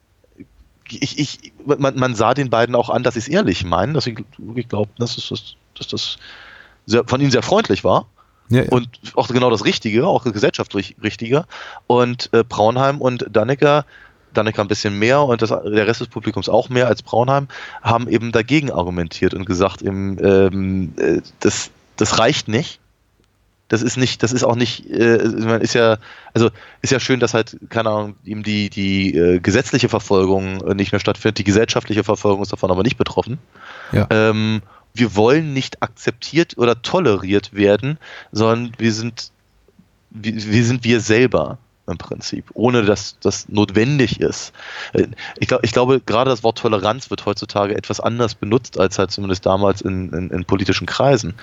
Man sah den beiden auch an, dass sie es ehrlich meinen, dass sie wirklich glaubten, dass das von ihnen sehr freundlich war. Ja. Und auch genau das Richtige, auch gesellschaftlich Richtige. Und Praunheim und Dannecker ein bisschen mehr und der Rest des Publikums auch mehr als Praunheim, haben eben dagegen argumentiert und gesagt, das reicht nicht. Das ist auch nicht, ist ja schön, dass halt, keine Ahnung, ihm die gesetzliche Verfolgung nicht mehr stattfindet, die gesellschaftliche Verfolgung ist davon aber nicht betroffen. Ja. Wir wollen nicht akzeptiert oder toleriert werden, sondern wir sind wir selber im Prinzip, ohne dass das notwendig ist. Ich glaube, gerade das Wort Toleranz wird heutzutage etwas anders benutzt, als halt zumindest damals in politischen Kreisen.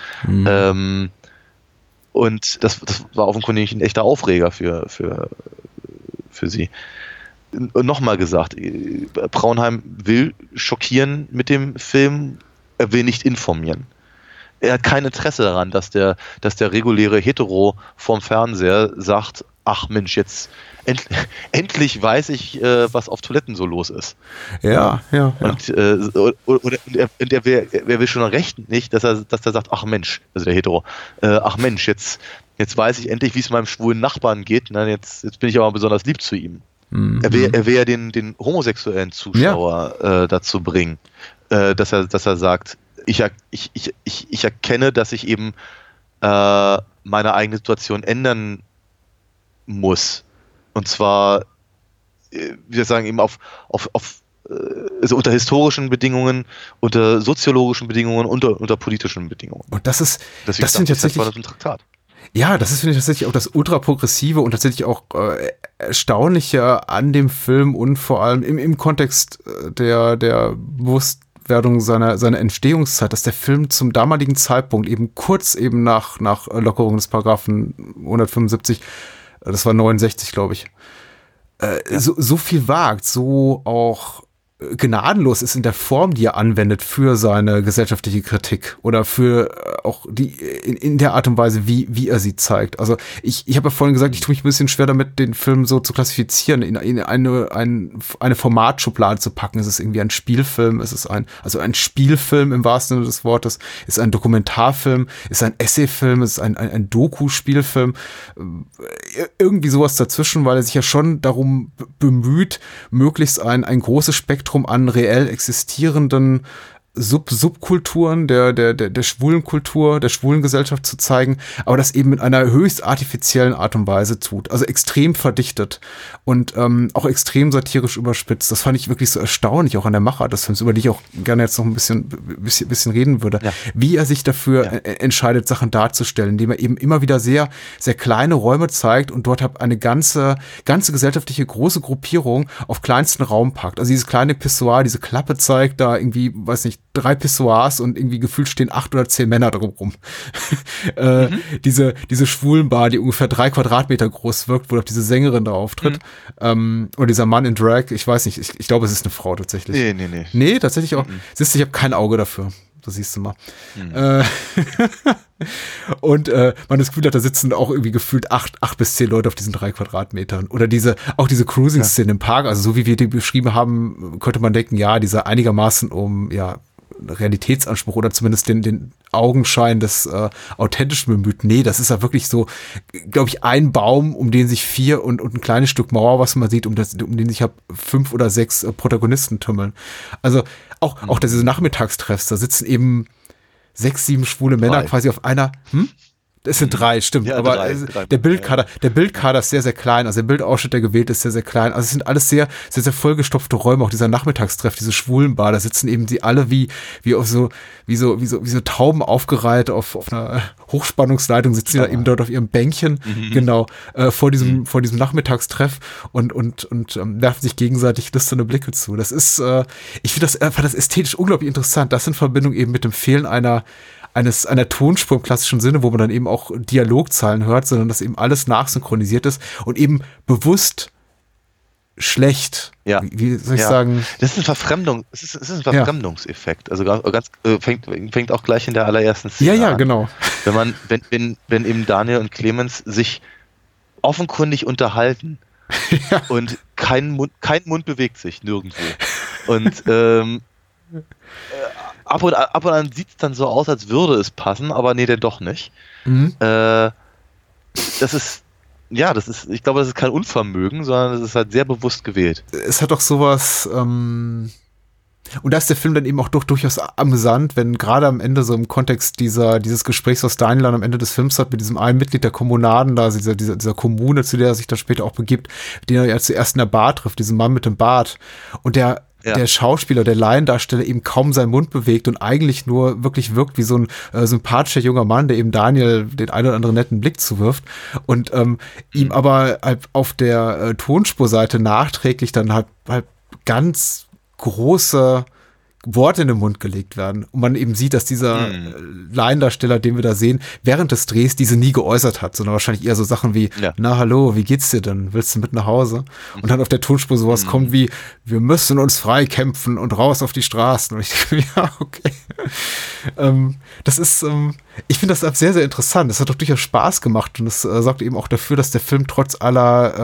Und das war offenkundig ein echter Aufreger für sie. Nochmal gesagt, Praunheim will schockieren mit dem Film, er will nicht informieren. Er hat kein Interesse daran, dass der reguläre Hetero vorm Fernseher sagt, ach Mensch, jetzt endlich weiß ich, was auf Toiletten so los ist. Ja. Und er will schon recht nicht, dass er sagt, ach Mensch, also der Hetero, ach Mensch, jetzt weiß ich endlich, wie es meinem schwulen Nachbarn geht. Na, jetzt bin ich aber besonders lieb zu ihm. Mhm. Er will ja den homosexuellen Zuschauer dazu bringen, dass er sagt, ich erkenne, dass ich eben meine eigene Situation ändern muss. Und zwar, wie wir sagen, eben also unter historischen Bedingungen, unter soziologischen Bedingungen, unter politischen Bedingungen. Und das sind tatsächlich ein Traktat. Ja, das ist, finde ich, tatsächlich auch das ultraprogressive und tatsächlich auch Erstaunliche an dem Film und vor allem im Kontext der Bewusstwerdung seiner Entstehungszeit, dass der Film zum damaligen Zeitpunkt eben kurz eben nach Lockerung des Paragraphen 175, das war 69, glaube ich, so viel wagt, so auch gnadenlos ist in der Form, die er anwendet für seine gesellschaftliche Kritik oder für auch die in der Art und Weise, wie er sie zeigt. Also ich habe ja vorhin gesagt, ich tue mich ein bisschen schwer damit, den Film so zu klassifizieren, in eine Formatschublade zu packen. Es ist irgendwie ein Spielfilm, es ist ein Spielfilm im wahrsten Sinne des Wortes, es ist ein Dokumentarfilm, es ist ein Essayfilm, es ist ein Doku-Spielfilm, irgendwie sowas dazwischen, weil er sich ja schon darum bemüht, möglichst ein großes Spektrum an reell existierenden Subkulturen der schwulen Kultur, der schwulen Gesellschaft zu zeigen, aber das eben in einer höchst artifiziellen Art und Weise tut. Also extrem verdichtet und auch extrem satirisch überspitzt. Das fand ich wirklich so erstaunlich, auch an der Machart des Films, über die ich auch gerne jetzt noch ein bisschen reden würde. Ja. Wie er sich dafür entscheidet, Sachen darzustellen, indem er eben immer wieder sehr, sehr kleine Räume zeigt und dort eine ganze gesellschaftliche große Gruppierung auf kleinsten Raum packt. Also dieses kleine Pissoir, diese Klappe zeigt, da irgendwie, weiß nicht, 3 Pissoirs und irgendwie gefühlt stehen 8 oder 10 Männer drumrum. Diese Schwulenbar, die ungefähr 3 Quadratmeter groß wirkt, wo doch diese Sängerin da auftritt. Oder dieser Mann in Drag, ich weiß nicht, ich glaube, es ist eine Frau tatsächlich. Nee. Nee, tatsächlich auch. Siehst du, ich habe kein Auge dafür. Das siehst du mal. Und man das Gefühl hat, da sitzen auch irgendwie gefühlt 8 bis 10 Leute auf diesen 3 Quadratmetern. Oder diese Cruising-Szene im Park, also so wie wir die beschrieben haben, könnte man denken, ja, dieser einigermaßen Realitätsanspruch oder zumindest den Augenschein des Authentischen bemüht. Nee, das ist ja wirklich so, glaube ich, ein Baum, um den sich 4 und ein kleines Stück Mauer, was man sieht, um den sich 5 oder 6 Protagonisten tümmeln. Also auch diese Nachmittagstreffs, da sitzen eben 6, 7 schwule Männer quasi auf einer, Das sind 3, stimmt. Ja, aber 3. Der Bildkader ist sehr, sehr klein. Also der Bildausschnitt, der gewählt ist, sehr, sehr klein. Also es sind alles sehr, sehr, sehr vollgestopfte Räume. Auch dieser Nachmittagstreff, diese Schwulenbar, da sitzen eben die alle wie Tauben aufgereiht auf einer Hochspannungsleitung, sitzen die da eben dort auf ihrem Bänkchen, genau, vor diesem Nachmittagstreff und werfen sich gegenseitig lüsterne Blicke zu. Das ist, ich finde das ästhetisch unglaublich interessant. Das in Verbindung eben mit dem Fehlen einer Tonspur im klassischen Sinne, wo man dann eben auch Dialogzeilen hört, sondern dass eben alles nachsynchronisiert ist und eben bewusst schlecht. Ja. Wie soll ich sagen? Das ist ein Verfremdungseffekt. Also fängt auch gleich in der allerersten Szene an. Ja, genau. Wenn eben Daniel und Clemens sich offenkundig unterhalten und kein Mund bewegt sich nirgendwo. Und ab und an sieht es dann so aus, als würde es passen, aber nee, denn doch nicht. Ich glaube, das ist kein Unvermögen, sondern es ist halt sehr bewusst gewählt. Es hat doch sowas, und da ist der Film dann eben auch durchaus amüsant, wenn gerade am Ende so im Kontext dieses Gesprächs, was Daniel dann am Ende des Films hat, mit diesem einen Mitglied der Kommunaden da, also dieser Kommune, zu der er sich dann später auch begibt, den er ja zuerst in der Bar trifft, diesen Mann mit dem Bart. Und der Schauspieler, der Laiendarsteller eben kaum seinen Mund bewegt und eigentlich nur wirklich wirkt wie so ein sympathischer junger Mann, der eben Daniel den einen oder anderen netten Blick zuwirft und ihm aber halt auf der Tonspurseite nachträglich dann halt ganz große Worte in den Mund gelegt werden und man eben sieht, dass dieser Laiendarsteller, den wir da sehen, während des Drehs diese nie geäußert hat, sondern wahrscheinlich eher so Sachen wie, na hallo, wie geht's dir denn? Willst du mit nach Hause? Und dann auf der Tonspur sowas kommt wie, wir müssen uns freikämpfen und raus auf die Straßen. Und ich denke, ja, okay. Das ist, ich finde das sehr, sehr interessant. Das hat doch durchaus Spaß gemacht und es sorgt eben auch dafür, dass der Film trotz aller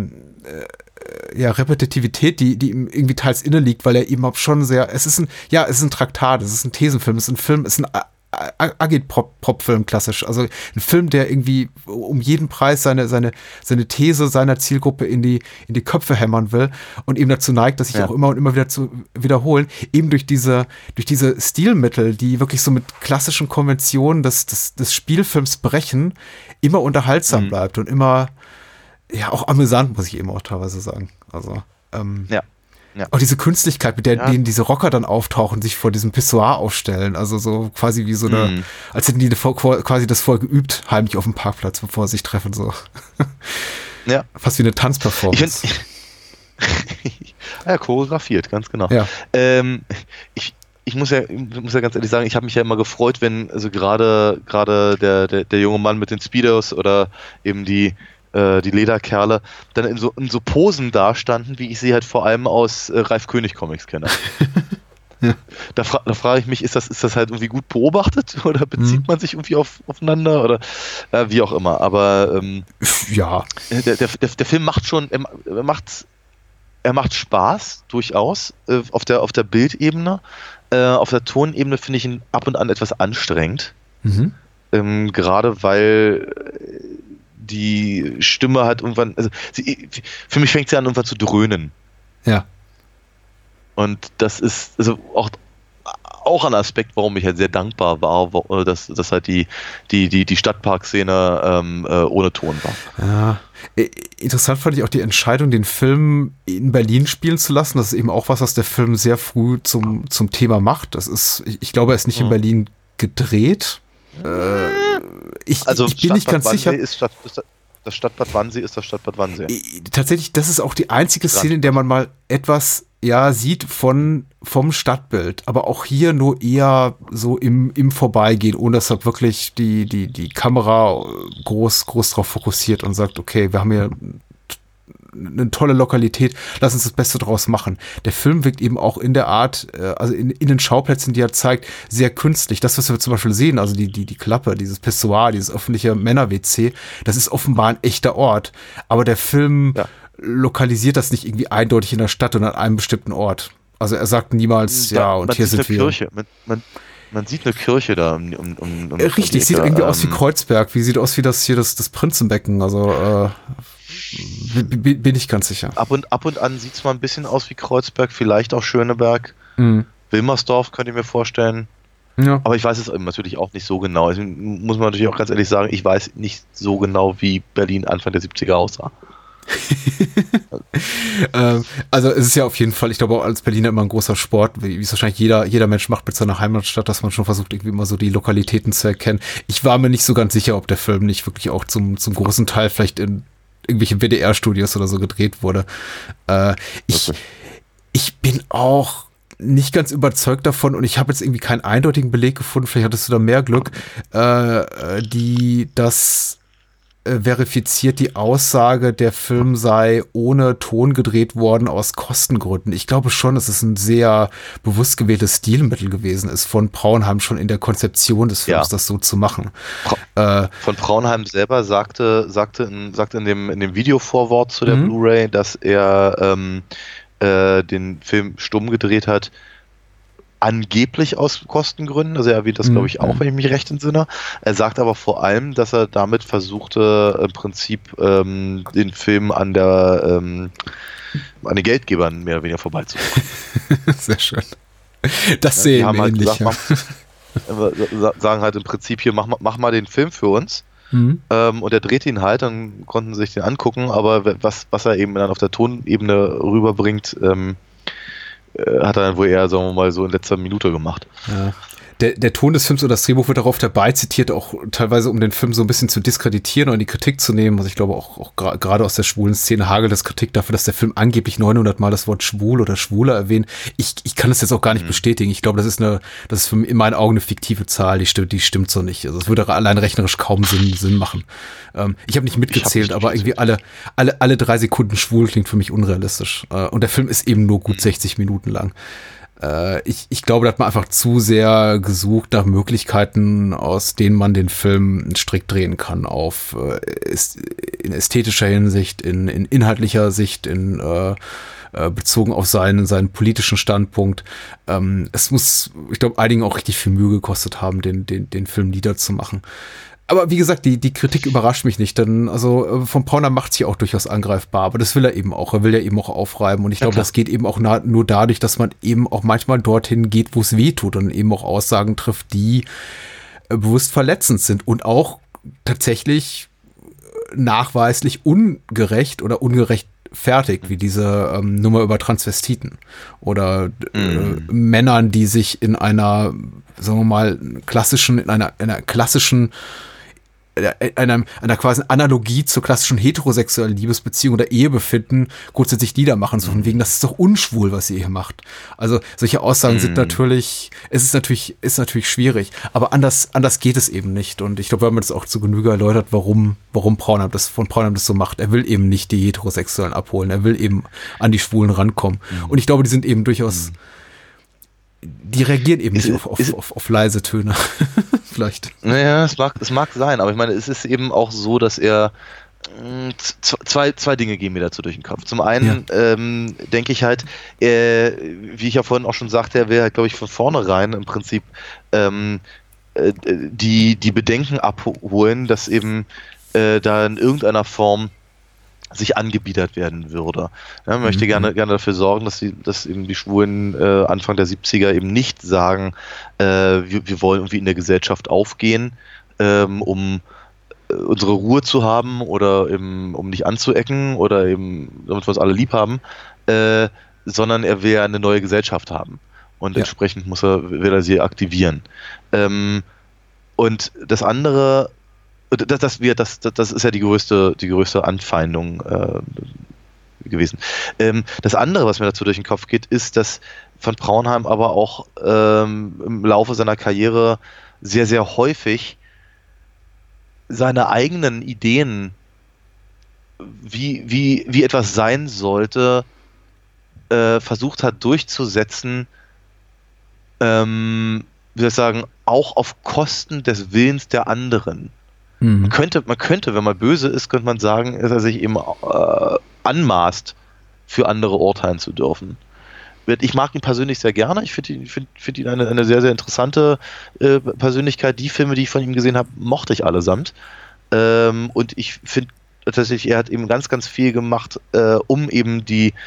Repetitivität, die ihm irgendwie teils inne liegt, weil er eben auch schon sehr, es ist ein Traktat, es ist ein Thesenfilm, es ist ein Film, es ist ein Agitprop-Film klassisch, also ein Film, der irgendwie um jeden Preis seine These seiner Zielgruppe in die Köpfe hämmern will und eben dazu neigt, dass sich auch immer und immer wieder zu wiederholen, eben durch diese Stilmittel, die wirklich so mit klassischen Konventionen des Spielfilms brechen, immer unterhaltsam bleibt und immer auch amüsant, muss ich eben auch teilweise sagen. Also, auch diese Künstlichkeit, mit denen diese Rocker dann auftauchen, sich vor diesem Pissoir aufstellen, also so quasi wie so eine, als hätten die quasi das vorher geübt, heimlich auf dem Parkplatz, bevor sie sich treffen, so. Ja. Fast wie eine Tanzperformance. Choreografiert, ganz genau. Ja. Ich muss ja ganz ehrlich sagen, ich habe mich ja immer gefreut, wenn also gerade der junge Mann mit den Speedos oder eben die Lederkerle dann in so Posen dastanden, wie ich sie halt vor allem aus Ralf König Comics kenne. Da frage ich mich, ist das halt irgendwie gut beobachtet oder bezieht man sich irgendwie aufeinander oder wie auch immer. Aber der Film macht schon, er macht Spaß durchaus auf der Bildebene. Auf der Tonebene finde ich ihn ab und an etwas anstrengend. Gerade weil die Stimme halt irgendwann, also für mich fängt sie an, irgendwann zu dröhnen. Ja. Und das ist also auch ein Aspekt, warum ich halt sehr dankbar war, dass halt die Stadtparkszene ohne Ton war. Ja. Interessant fand ich auch die Entscheidung, den Film in Berlin spielen zu lassen. Das ist eben auch was der Film sehr früh zum Thema macht. Das ist, ich glaube, er ist nicht in Berlin gedreht. Ich bin nicht ganz sicher. Das Stadtbad Wannsee ist das Stadtbad Wannsee. Tatsächlich, das ist auch die einzige Szene, in der man mal etwas sieht vom Stadtbild, aber auch hier nur eher so im Vorbeigehen, ohne dass halt wirklich die Kamera groß drauf fokussiert und sagt, okay, wir haben hier eine tolle Lokalität, lass uns das Beste draus machen. Der Film wirkt eben auch in der Art, also in den Schauplätzen, die er zeigt, sehr künstlich. Das, was wir zum Beispiel sehen, also die Klappe, dieses Pissoir, dieses öffentliche Männer-WC, das ist offenbar ein echter Ort. Aber der Film lokalisiert das nicht irgendwie eindeutig in der Stadt und an einem bestimmten Ort. Also er sagt niemals, und hier sind wir. Kirche. Man sieht eine Kirche da. Richtig, sieht irgendwie aus wie Kreuzberg. Wie sieht aus wie das hier, das Prinzenbecken. Also bin ich ganz sicher. Ab und an sieht es mal ein bisschen aus wie Kreuzberg, vielleicht auch Schöneberg. Wilmersdorf könnte ich mir vorstellen. Ja. Aber ich weiß es natürlich auch nicht so genau. Also, muss man natürlich auch ganz ehrlich sagen, ich weiß nicht so genau, wie Berlin Anfang der 70er aussah. Also es ist ja auf jeden Fall, ich glaube auch als Berliner immer ein großer Sport, wie es wahrscheinlich jeder Mensch macht mit seiner Heimatstadt, dass man schon versucht, irgendwie immer so die Lokalitäten zu erkennen. Ich war mir nicht so ganz sicher, ob der Film nicht wirklich auch zum großen Teil vielleicht in irgendwelchen WDR-Studios oder so gedreht wurde. Ich bin auch nicht ganz überzeugt davon und ich habe jetzt irgendwie keinen eindeutigen Beleg gefunden, vielleicht hattest du da mehr Glück, das verifiziert die Aussage, der Film sei ohne Ton gedreht worden aus Kostengründen. Ich glaube schon, dass es ein sehr bewusst gewähltes Stilmittel gewesen ist, von Praunheim schon in der Konzeption des Films, das so zu machen. Von Praunheim selber sagte in dem Videovorwort zu der Blu-ray, dass er den Film stumm gedreht hat, angeblich aus Kostengründen, also er erwähnt das, glaube ich, auch, wenn ich mich recht entsinne. Er sagt aber vor allem, dass er damit versuchte, im Prinzip den Film an den Geldgebern mehr oder weniger vorbeizukommen. Sehr schön. Das sehe ich ähnlich. Sagen halt im Prinzip hier, mach mal den Film für uns. Und er dreht ihn halt, dann konnten sie sich den angucken, aber was er eben dann auf der Tonebene rüberbringt, hat er dann wohl eher, sagen wir mal, so in letzter Minute gemacht. Ja. der Ton des Films oder das Drehbuch wird darauf dabei zitiert, auch teilweise, um den Film so ein bisschen zu diskreditieren und in die Kritik zu nehmen. Also ich glaube auch gerade aus der schwulen Szene hagelt das Kritik dafür, dass der Film angeblich 900 Mal das Wort schwul oder Schwuler erwähnt. Ich kann das jetzt auch gar nicht bestätigen. Ich glaube, das ist in meinen Augen eine fiktive Zahl. Die stimmt so nicht. Also es würde allein rechnerisch kaum Sinn machen. Ich habe nicht mitgezählt, aber irgendwie alle 3 Sekunden schwul klingt für mich unrealistisch. Und der Film ist eben nur gut 60 Minuten lang. Ich glaube, da hat man einfach zu sehr gesucht nach Möglichkeiten, aus denen man den Film einen Strick drehen kann, in ästhetischer Hinsicht, in inhaltlicher Sicht, bezogen auf seinen politischen Standpunkt. Es muss, ich glaube, einigen auch richtig viel Mühe gekostet haben, den Film niederzumachen. Aber wie gesagt, die Kritik überrascht mich nicht, denn von Porner macht sich auch durchaus angreifbar, aber das will er eben auch. Er will ja eben auch aufreiben und ich glaube, das geht eben auch nur dadurch, dass man eben auch manchmal dorthin geht, wo es weh tut und eben auch Aussagen trifft, die bewusst verletzend sind und auch tatsächlich nachweislich ungerecht oder ungerechtfertigt, wie diese Nummer über Transvestiten oder Männern, die sich in einer, sagen wir mal, einer quasi Analogie zur klassischen heterosexuellen Liebesbeziehung oder Ehe befinden, grundsätzlich niedermachen, so von wegen, das ist doch unschwul, was ihr hier macht. Also solche Aussagen ist natürlich schwierig, aber anders geht es eben nicht. Und ich glaube, wir haben jetzt auch zu Genüge erläutert, warum Braunheim das so macht. Er will eben nicht die Heterosexuellen abholen, er will eben an die Schwulen rankommen. Und ich glaube, die sind eben durchaus, die reagieren eben nicht auf leise Töne. Vielleicht. Naja, es mag sein, aber ich meine, es ist eben auch so, dass er zwei Dinge gehen mir dazu durch den Kopf. Zum einen denke ich halt, wie ich ja vorhin auch schon sagte, er will halt, glaube ich, von vornherein im Prinzip die Bedenken abholen, dass eben da in irgendeiner Form sich angebiedert werden würde. Ja, man möchte gerne dafür sorgen, dass eben die Schwulen Anfang der 70er eben nicht sagen, wir wollen irgendwie in der Gesellschaft aufgehen, um unsere Ruhe zu haben oder eben, um nicht anzuecken oder eben, damit wir uns alle lieb haben, sondern er will eine neue Gesellschaft haben. Und entsprechend will er sie aktivieren. Und das andere, das ist ja die größte Anfeindung gewesen. Das andere, was mir dazu durch den Kopf geht, ist, dass von Braunheim aber auch im Laufe seiner Karriere sehr, sehr häufig seine eigenen Ideen, wie etwas sein sollte, versucht hat durchzusetzen, wie soll ich sagen, auch auf Kosten des Willens der anderen. Man könnte, wenn man böse ist, könnte man sagen, dass er sich eben anmaßt, für andere urteilen zu dürfen. Ich mag ihn persönlich sehr gerne. Ich finde ihn eine sehr, sehr interessante Persönlichkeit. Die Filme, die ich von ihm gesehen habe, mochte ich allesamt. Und ich finde tatsächlich, er hat eben ganz, ganz viel gemacht, um eben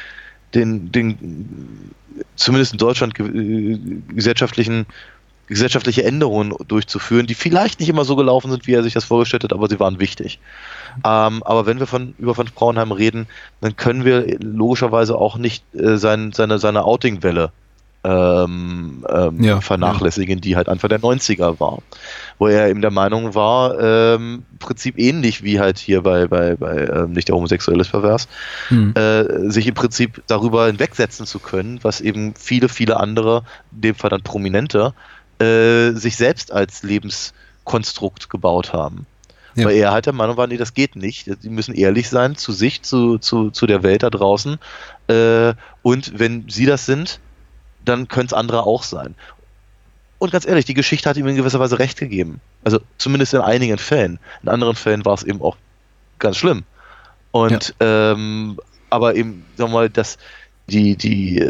zumindest in Deutschland gesellschaftliche Änderungen durchzuführen, die vielleicht nicht immer so gelaufen sind, wie er sich das vorgestellt hat, aber sie waren wichtig. Aber wenn wir über von Braunheim reden, dann können wir logischerweise auch nicht seine Outing-Welle vernachlässigen, die halt Anfang der 90er war. Wo er eben der Meinung war, im Prinzip ähnlich wie halt hier bei Nicht der Homosexuelle ist pervers, sich im Prinzip darüber hinwegsetzen zu können, was eben viele, viele andere, in dem Fall dann Prominente, sich selbst als Lebenskonstrukt gebaut haben. Ja. Weil er halt der Meinung war, nee, das geht nicht. Die müssen ehrlich sein zu sich, zu der Welt da draußen. Und wenn sie das sind, dann können es andere auch sein. Und ganz ehrlich, die Geschichte hat ihm in gewisser Weise recht gegeben. Also zumindest in einigen Fällen. In anderen Fällen war es eben auch ganz schlimm. Und aber eben, sagen wir mal, dass die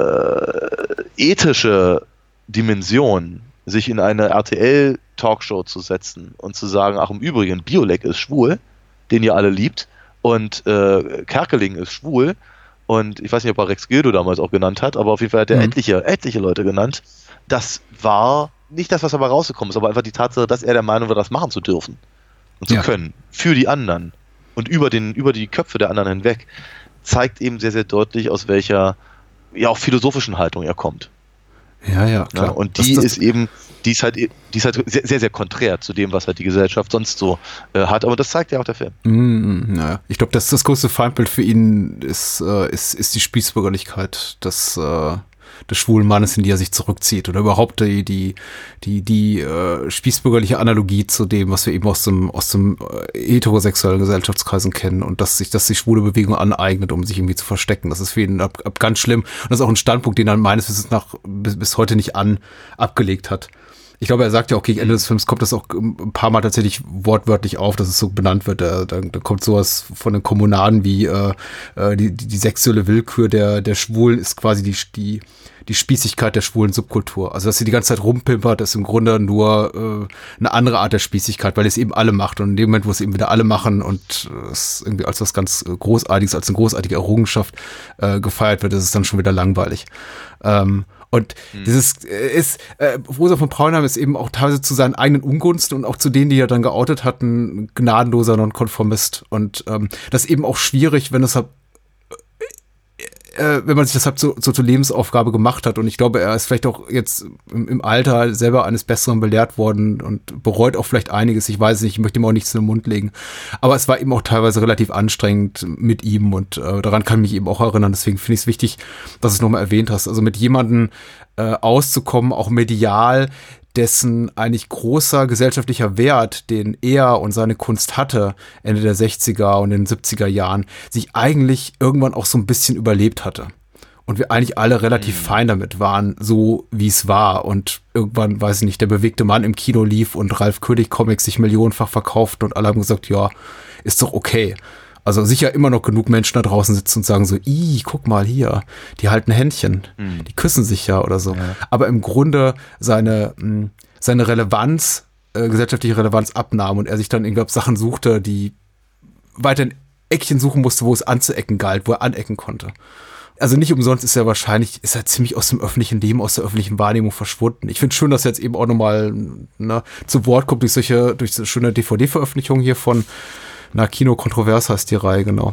ethische Dimension, sich in eine RTL-Talkshow zu setzen und zu sagen, ach im Übrigen, Biolek ist schwul, den ihr alle liebt, und Kerkeling ist schwul, und ich weiß nicht, ob er Rex Gildo damals auch genannt hat, aber auf jeden Fall hat er etliche Leute genannt. Das war nicht das, was dabei rausgekommen ist, aber einfach die Tatsache, dass er der Meinung war, das machen zu dürfen und zu können, für die anderen und über die Köpfe der anderen hinweg, zeigt eben sehr, sehr deutlich, aus welcher auch philosophischen Haltung er kommt. Ja, klar. Und die ist eben die ist halt sehr, sehr, sehr konträr zu dem, was halt die Gesellschaft sonst so hat. Aber das zeigt ja auch der Film. Naja. Ich glaube, das größte Feindbild für ihn ist die Spießbürgerlichkeit des schwulen Mannes, in die er sich zurückzieht. Oder überhaupt die spießbürgerliche Analogie zu dem, was wir eben aus dem heterosexuellen Gesellschaftskreisen kennen und dass sich die schwule Bewegung aneignet, um sich irgendwie zu verstecken. Das ist für ihn ab ganz schlimm. Und das ist auch ein Standpunkt, den er meines Wissens nach bis heute nicht abgelegt hat. Ich glaube, er sagt ja auch, gegen Ende des Films kommt das auch ein paar Mal tatsächlich wortwörtlich auf, dass es so benannt wird. Da kommt sowas von den Kommunaden wie die sexuelle Willkür der Schwulen ist quasi die Spießigkeit der schwulen Subkultur. Also, dass sie die ganze Zeit rumpimpert, ist im Grunde nur eine andere Art der Spießigkeit, weil es eben alle macht. Und in dem Moment, wo es eben wieder alle machen und es irgendwie als was ganz Großartiges, als eine großartige Errungenschaft gefeiert wird, ist es dann schon wieder langweilig. Und Rosa von Braunheim ist eben auch teilweise zu seinen eigenen Ungunsten und auch zu denen, die er dann geoutet hatten, gnadenloser Nonkonformist. Und das ist eben auch schwierig, wenn man sich deshalb zur Lebensaufgabe gemacht hat. Und ich glaube, er ist vielleicht auch jetzt im Alter selber eines Besseren belehrt worden und bereut auch vielleicht einiges. Ich weiß nicht, ich möchte ihm auch nichts in den Mund legen. Aber es war eben auch teilweise relativ anstrengend mit ihm und daran kann mich eben auch erinnern. Deswegen finde ich es wichtig, dass du es nochmal erwähnt hast. Also mit jemandem auszukommen, auch medial, dessen eigentlich großer gesellschaftlicher Wert, den er und seine Kunst hatte, Ende der 60er und den 70er Jahren, sich eigentlich irgendwann auch so ein bisschen überlebt hatte. Und wir eigentlich alle relativ fein damit waren, so wie es war. Und irgendwann, weiß ich nicht, der bewegte Mann im Kino lief und Ralph König Comics sich millionenfach verkauften und alle haben gesagt, ja, ist doch okay. Also sicher immer noch genug Menschen da draußen sitzen und sagen so, guck mal hier, die halten Händchen, die küssen sich ja oder so. Ja. Aber im Grunde seine Relevanz, gesellschaftliche Relevanz abnahm und er sich dann irgendwie Sachen suchte, die weiter ein Eckchen suchen musste, wo es anzuecken galt, wo er anecken konnte. Also nicht umsonst ist er ziemlich aus dem öffentlichen Leben, aus der öffentlichen Wahrnehmung verschwunden. Ich finde schön, dass er jetzt eben auch nochmal zu Wort kommt durch so schöne DVD-Veröffentlichung hier von Kino Kontrovers heißt die Reihe, genau.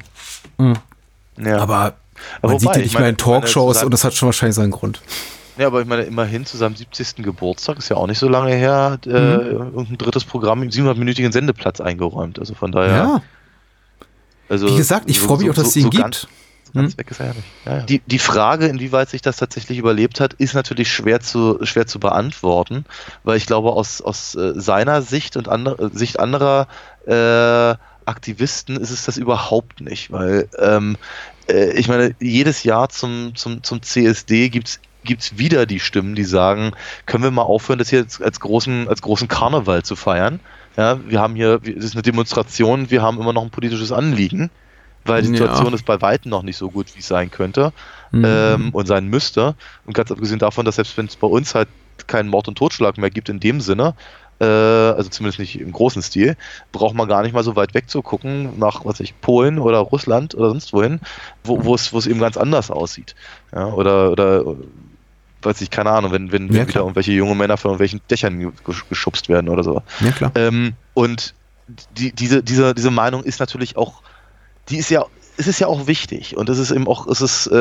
Ja. Aber man sieht ihn nicht mehr in Talkshows und das hat schon wahrscheinlich seinen Grund. Ja, aber ich meine, immerhin zu seinem 70. Geburtstag, ist ja auch nicht so lange her, hat irgendein drittes Programm im 700-minütigen Sendeplatz eingeräumt. Also von daher. Ja. Also, wie gesagt, ich freue mich auch, dass es ihn gibt. Ganz weg ist er ja nicht. Ja. Die Frage, inwieweit sich das tatsächlich überlebt hat, ist natürlich schwer zu beantworten, weil ich glaube, aus seiner Sicht und Sicht anderer Aktivisten ist es das überhaupt nicht, weil ich meine, jedes Jahr zum CSD gibt's wieder die Stimmen, die sagen, können wir mal aufhören, das hier als großen Karneval zu feiern. Ja, wir haben hier, das ist eine Demonstration, wir haben immer noch ein politisches Anliegen, weil die Situation ist bei Weitem noch nicht so gut, wie es sein könnte und sein müsste. Und ganz abgesehen davon, dass selbst wenn es bei uns halt keinen Mord und Totschlag mehr gibt in dem Sinne, also zumindest nicht im großen Stil, braucht man gar nicht mal so weit weg zu gucken nach, Polen oder Russland oder sonst wohin, wo es eben ganz anders aussieht. Ja, oder weiß ich, keine Ahnung, wenn wieder irgendwelche junge Männer von irgendwelchen Dächern geschubst werden oder so. Ja, klar. Und diese Meinung ist natürlich auch, es ist ja auch wichtig und es ist eben auch,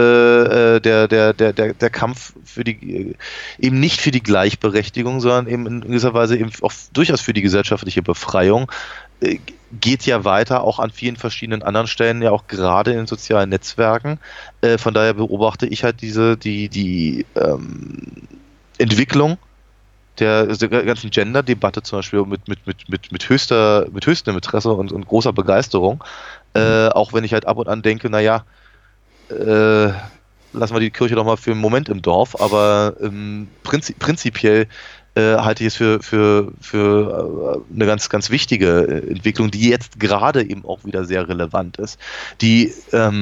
der Kampf für die, eben nicht für die Gleichberechtigung, sondern eben in gewisser Weise eben auch durchaus für die gesellschaftliche Befreiung, geht ja weiter, auch an vielen verschiedenen anderen Stellen, ja auch gerade in den sozialen Netzwerken. Von daher beobachte ich halt die Entwicklung der ganzen Gender-Debatte zum Beispiel mit höchstem Interesse und großer Begeisterung. Auch wenn ich halt ab und an denke, lassen wir die Kirche doch mal für einen Moment im Dorf, aber prinzipiell halte ich es für eine ganz, ganz wichtige Entwicklung, die jetzt gerade eben auch wieder sehr relevant ist. Die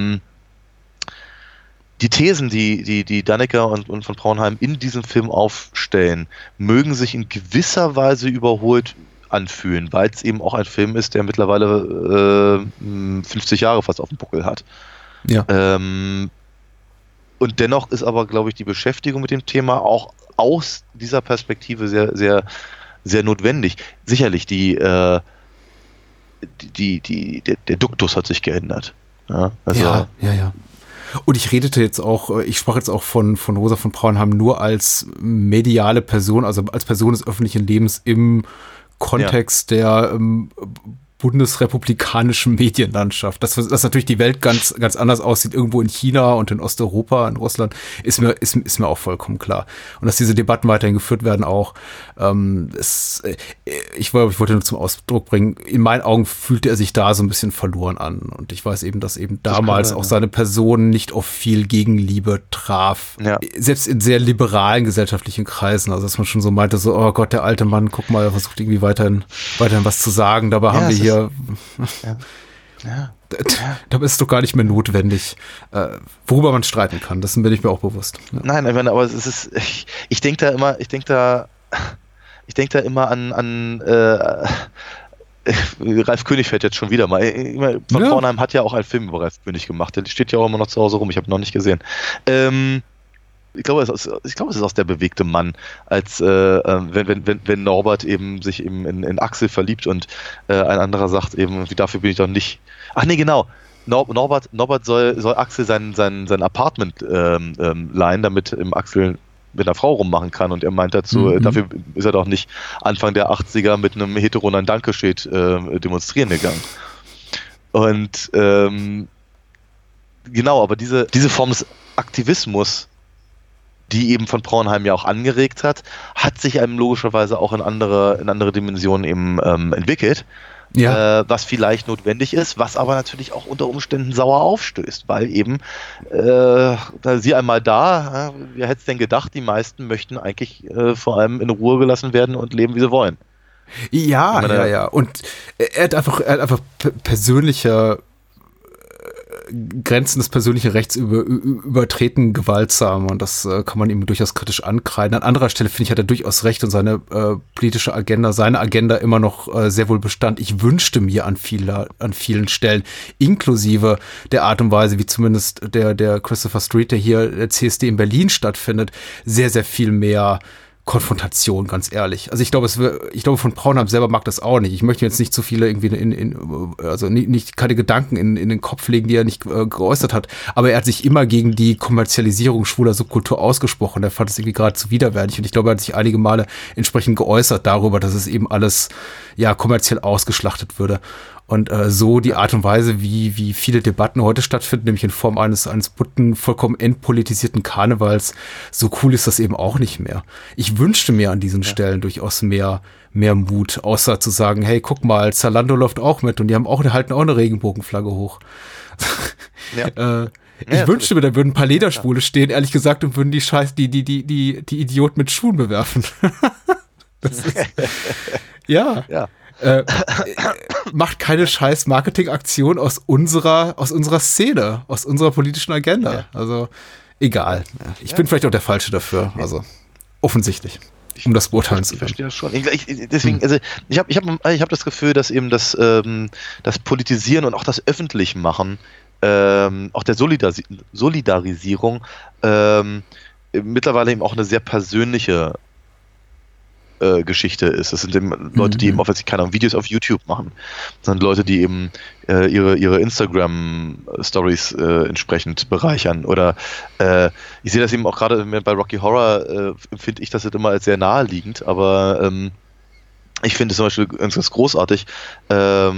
Thesen, die Dannecker und von Braunheim in diesem Film aufstellen, mögen sich in gewisser Weise überholt anfühlen, weil es eben auch ein Film ist, der mittlerweile 50 Jahre fast auf dem Buckel hat. Ja. Und dennoch ist aber, glaube ich, die Beschäftigung mit dem Thema auch aus dieser Perspektive sehr, sehr, sehr notwendig. Sicherlich, der Duktus hat sich geändert. Ja, also, ja. Und ich sprach jetzt auch von Rosa von Braunheim nur als mediale Person, also als Person des öffentlichen Lebens im Kontext der bundesrepublikanischen Medienlandschaft. Dass natürlich die Welt ganz, ganz anders aussieht, irgendwo in China und in Osteuropa, in Russland, ist mir auch vollkommen klar. Und dass diese Debatten weiterhin geführt werden auch. Ich wollte nur zum Ausdruck bringen, in meinen Augen fühlte er sich da so ein bisschen verloren an. Und ich weiß eben, dass eben damals auch seine Person nicht auf viel Gegenliebe traf. Ja. Selbst in sehr liberalen gesellschaftlichen Kreisen. Also dass man schon so meinte, so, oh Gott, der alte Mann, guck mal, er versucht irgendwie weiterhin was zu sagen. Dabei haben wir hier da ist es doch gar nicht mehr notwendig, worüber man streiten kann. Das bin ich mir auch bewusst. Ja. Nein, aber es ist, ich denke da immer an Ralf König fällt jetzt schon wieder mal. Von Braunheim hat ja auch einen Film über Ralf König gemacht. Der steht ja auch immer noch zu Hause rum. Ich habe ihn noch nicht gesehen. Ich glaube, es ist aus Der bewegte Mann, als wenn Norbert eben sich eben in Axel verliebt und ein anderer sagt eben, dafür bin ich doch nicht. Ach nee, genau. Norbert soll Axel sein Apartment leihen, damit Axel mit einer Frau rummachen kann, und er meint dazu, dafür ist er doch nicht Anfang der 80er mit einem Hetero ein Dankeschild demonstrieren gegangen. Und genau, aber diese Form des Aktivismus, die eben von Braunheim ja auch angeregt hat sich einem logischerweise auch in andere Dimensionen eben entwickelt, was vielleicht notwendig ist, was aber natürlich auch unter Umständen sauer aufstößt, weil eben sieh einmal da, wer hätte es denn gedacht, die meisten möchten eigentlich vor allem in Ruhe gelassen werden und leben, wie sie wollen. Ja. Und er hat einfach persönliche Grenzen des persönlichen Rechts übertreten, gewaltsam, und das kann man ihm durchaus kritisch ankreiden. An anderer Stelle, finde ich, hat er durchaus recht, und seine politische Agenda, immer noch sehr wohl Bestand. Ich wünschte mir an vielen Stellen, inklusive der Art und Weise, wie zumindest der Christopher Street, der hier der CSD in Berlin stattfindet, sehr, sehr viel mehr Konfrontation, ganz ehrlich. Also ich glaube, von Braunheim selber mag das auch nicht. Ich möchte jetzt nicht zu viele irgendwie also nicht keine Gedanken in den Kopf legen, die er nicht geäußert hat. Aber er hat sich immer gegen die Kommerzialisierung schwuler Subkultur ausgesprochen. Er fand es irgendwie geradezu widerwärtig. Und ich glaube, er hat sich einige Male entsprechend geäußert darüber, dass es eben alles kommerziell ausgeschlachtet würde. Und so die Art und Weise, wie viele Debatten heute stattfinden, nämlich in Form eines bunten, vollkommen entpolitisierten Karnevals, so cool ist das eben auch nicht mehr. Ich wünschte mir an diesen Stellen durchaus mehr Mut, außer zu sagen, hey, guck mal, Zalando läuft auch mit, und die halten auch eine Regenbogenflagge hoch. Ich wünschte mir, da würden ein paar Lederschwule stehen, ehrlich gesagt, und würden die Idioten mit Schuhen bewerfen. Das ist, ja. Macht keine scheiß Marketingaktion aus unserer Szene, aus unserer politischen Agenda. Ja. Also egal. Ich bin vielleicht auch der Falsche dafür. Also offensichtlich, um das beurteilen zu können. Ich verstehe das schon. Deswegen, also ich hab das Gefühl, dass eben das Politisieren und auch das Öffentlichmachen, auch der Solidarisierung mittlerweile eben auch eine sehr persönliche Geschichte ist. Das sind eben Leute, die eben offensichtlich keine Videos auf YouTube machen, sondern Leute, die eben ihre Instagram-Stories entsprechend bereichern. Oder ich sehe das eben auch gerade bei Rocky Horror, empfinde ich das jetzt immer als sehr naheliegend, aber ich finde es zum Beispiel ganz großartig, das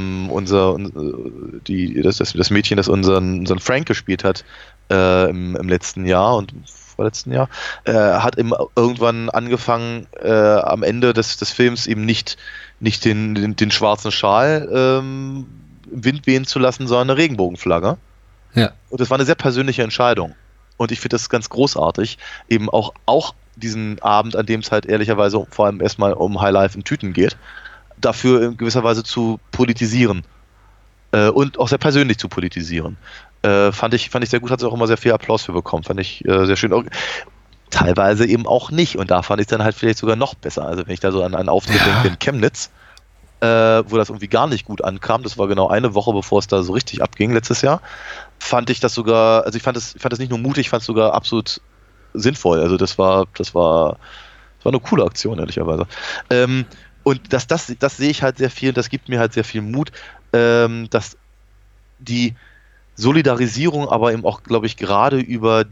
Mädchen, das unseren Frank gespielt hat im letzten Jahr und vorletzten Jahr, hat eben irgendwann angefangen, am Ende des Films eben nicht den schwarzen Schal im Wind wehen zu lassen, sondern eine Regenbogenflagge. Ja. Und das war eine sehr persönliche Entscheidung. Und ich finde das ganz großartig, eben auch diesen Abend, an dem es halt ehrlicherweise vor allem erstmal um Highlife in Tüten geht, dafür in gewisser Weise zu politisieren. Und auch sehr persönlich zu politisieren. Fand ich sehr gut, hat sie auch immer sehr viel Applaus für bekommen. Fand ich sehr schön. Teilweise eben auch nicht. Und da fand ich es dann halt vielleicht sogar noch besser. Also wenn ich da so an einen Auftritt denke in Chemnitz, wo das irgendwie gar nicht gut ankam, das war genau eine Woche, bevor es da so richtig abging letztes Jahr, fand ich das sogar, also ich fand das nicht nur mutig, ich fand es sogar absolut sinnvoll. Also das war eine coole Aktion, ehrlicherweise. Und das sehe ich halt sehr viel, und das gibt mir halt sehr viel Mut, dass die Solidarisierung, aber eben auch, glaube ich, gerade über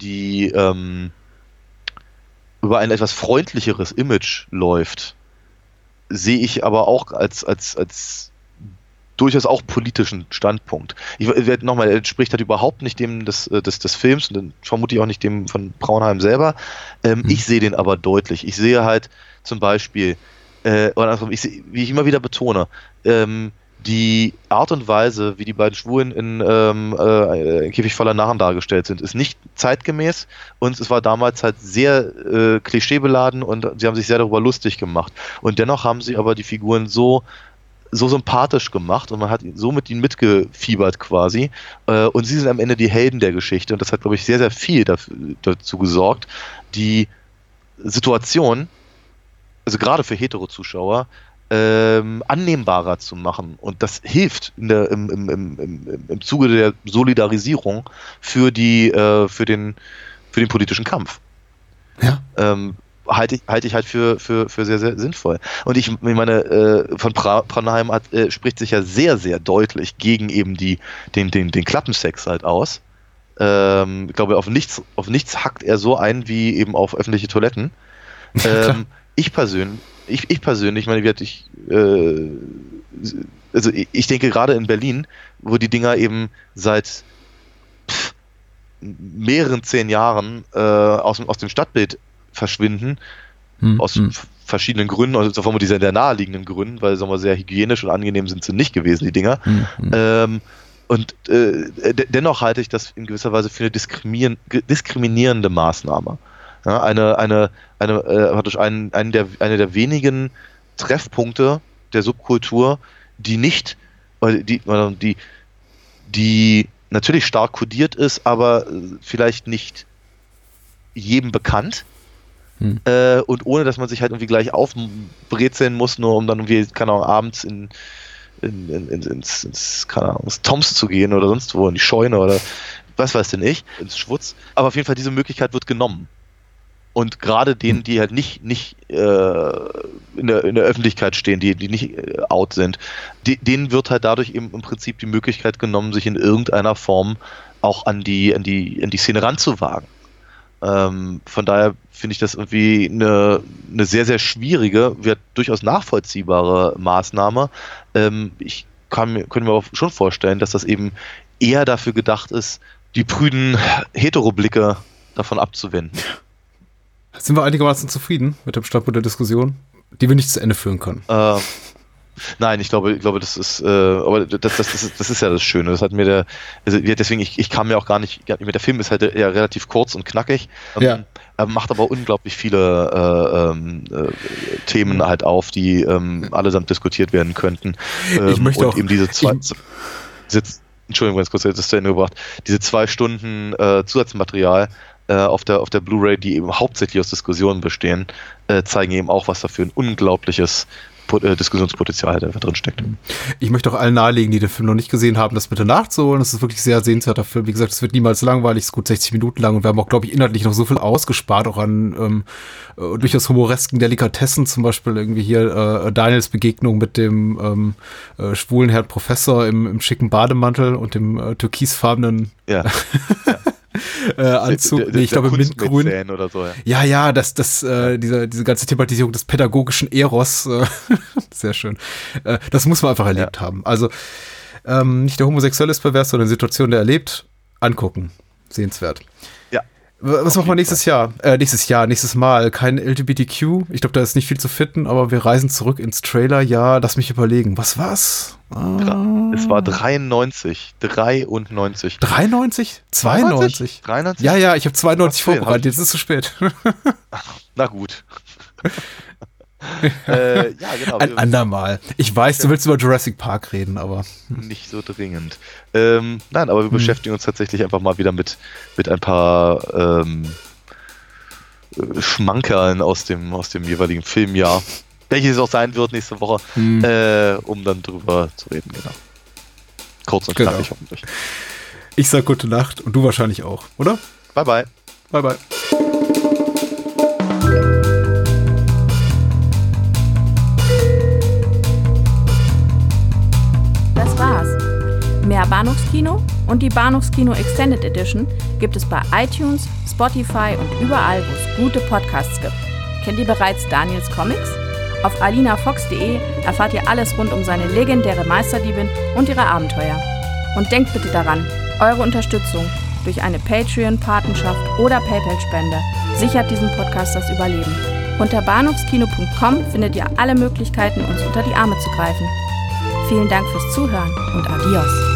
über ein etwas freundlicheres Image läuft, sehe ich aber auch als durchaus auch politischen Standpunkt. Ich werde nochmal, er entspricht halt überhaupt nicht dem des Films und dann vermutlich auch nicht dem von Braunheim selber. Ich sehe den aber deutlich. Ich sehe halt zum Beispiel, wie ich immer wieder betone, die Art und Weise, wie die beiden Schwulen in Käfig voller Narren dargestellt sind, ist nicht zeitgemäß und es war damals halt sehr klischeebeladen und sie haben sich sehr darüber lustig gemacht. Und dennoch haben sie aber die Figuren so sympathisch gemacht und man hat so mit ihnen mitgefiebert quasi und sie sind am Ende die Helden der Geschichte und das hat, glaube ich, sehr, sehr viel dazu gesorgt, die Situation, also gerade für Hetero-Zuschauer, annehmbarer zu machen und das hilft im Zuge der Solidarisierung für den politischen Kampf. Ja. Halte ich halt für sehr, sehr sinnvoll. Und ich meine, von Braunheim spricht sich ja sehr, sehr deutlich gegen eben den Klappensex halt aus. Ich glaube, auf nichts hackt er so ein wie eben auf öffentliche Toiletten. Ich persönlich, ich denke gerade in Berlin, wo die Dinger eben seit mehreren 10 Jahren aus dem Stadtbild verschwinden, aus verschiedenen Gründen, also vermutlich sehr naheliegenden Gründen, weil, sagen wir, sehr hygienisch und angenehm sind sie nicht gewesen, die Dinger. Dennoch halte ich das in gewisser Weise für eine diskriminierende Maßnahme. Ja, eine der wenigen Treffpunkte der Subkultur, die natürlich stark kodiert ist, aber vielleicht nicht jedem bekannt. Und ohne, dass man sich halt irgendwie gleich aufbrezeln muss, nur um dann irgendwie, keine Ahnung, abends ins Toms zu gehen oder sonst wo, in die Scheune oder was weiß denn ich, ins Schwutz. Aber auf jeden Fall, diese Möglichkeit wird genommen. Und gerade denen, die halt nicht in der Öffentlichkeit stehen, die nicht out sind, denen wird halt dadurch eben im Prinzip die Möglichkeit genommen, sich in irgendeiner Form auch an die Szene ranzuwagen. Von daher finde ich das irgendwie eine sehr, sehr schwierige, durchaus nachvollziehbare Maßnahme. Ich könnte mir auch schon vorstellen, dass das eben eher dafür gedacht ist, die prüden Heteroblicke davon abzuwenden. Sind wir einigermaßen zufrieden mit dem Standpunkt der Diskussion, die wir nicht zu Ende führen können? Nein, ich glaube, das ist, aber das ist ja das Schöne. Das hat mir deswegen, ich kam mir auch gar nicht mit, der Film ist halt ja relativ kurz und knackig, macht aber unglaublich viele Themen halt auf, die allesamt diskutiert werden könnten. Ich möchte und auch eben Entschuldigung, ganz kurz, das zu Ende gebracht. Diese 2 Stunden Zusatzmaterial auf der Blu-ray, die eben hauptsächlich aus Diskussionen bestehen, zeigen eben auch, was da für ein unglaubliches Diskussionspotenzial da drin steckt. Ich möchte auch allen nahelegen, die den Film noch nicht gesehen haben, das bitte nachzuholen. Das ist wirklich ein sehr sehenswerter Film. Wie gesagt, es wird niemals langweilig, es ist gut 60 Minuten lang und wir haben auch, glaube ich, inhaltlich noch so viel ausgespart, auch an durchaus humoresken Delikatessen, zum Beispiel irgendwie hier Daniels Begegnung mit dem schwulen Herrn Professor im schicken Bademantel und dem türkisfarbenen Anzug, ich glaube Mintgrün oder so, ja, diese ganze Thematisierung des pädagogischen Eros, sehr schön. Das muss man einfach erlebt haben. Also nicht der Homosexuelle ist pervers, sondern die Situation, der erlebt, angucken. Sehenswert. Ja. Was machen wir nächstes Mal? Kein LGBTQ. Ich glaube, da ist nicht viel zu finden, aber wir reisen zurück ins Trailer. Ja, lass mich überlegen. Was war's? Es war 93. 93? 92? Ja, ich habe 92 vorbereitet. Jetzt ist es zu spät. Na gut. Genau. Ein andermal. Ich weiß, du willst über Jurassic Park reden, aber nicht so dringend. Nein, aber wir beschäftigen uns tatsächlich einfach mal wieder mit ein paar Schmankerln aus dem jeweiligen Filmjahr. Welches es auch sein wird nächste Woche, um dann drüber zu reden, genau. Kurz und knackig hoffentlich. Ich sag gute Nacht und du wahrscheinlich auch, oder? Bye, bye. Bye, bye. Das war's. Mehr Bahnhofskino und die Bahnhofskino Extended Edition gibt es bei iTunes, Spotify und überall, wo es gute Podcasts gibt. Kennt ihr bereits Daniels Comics? Auf alinafox.de erfahrt ihr alles rund um seine legendäre Meisterdiebin und ihre Abenteuer. Und denkt bitte daran, eure Unterstützung durch eine Patreon-Patenschaft oder PayPal-Spende sichert diesem Podcast das Überleben. Unter bahnhofskino.com findet ihr alle Möglichkeiten, uns unter die Arme zu greifen. Vielen Dank fürs Zuhören und adios.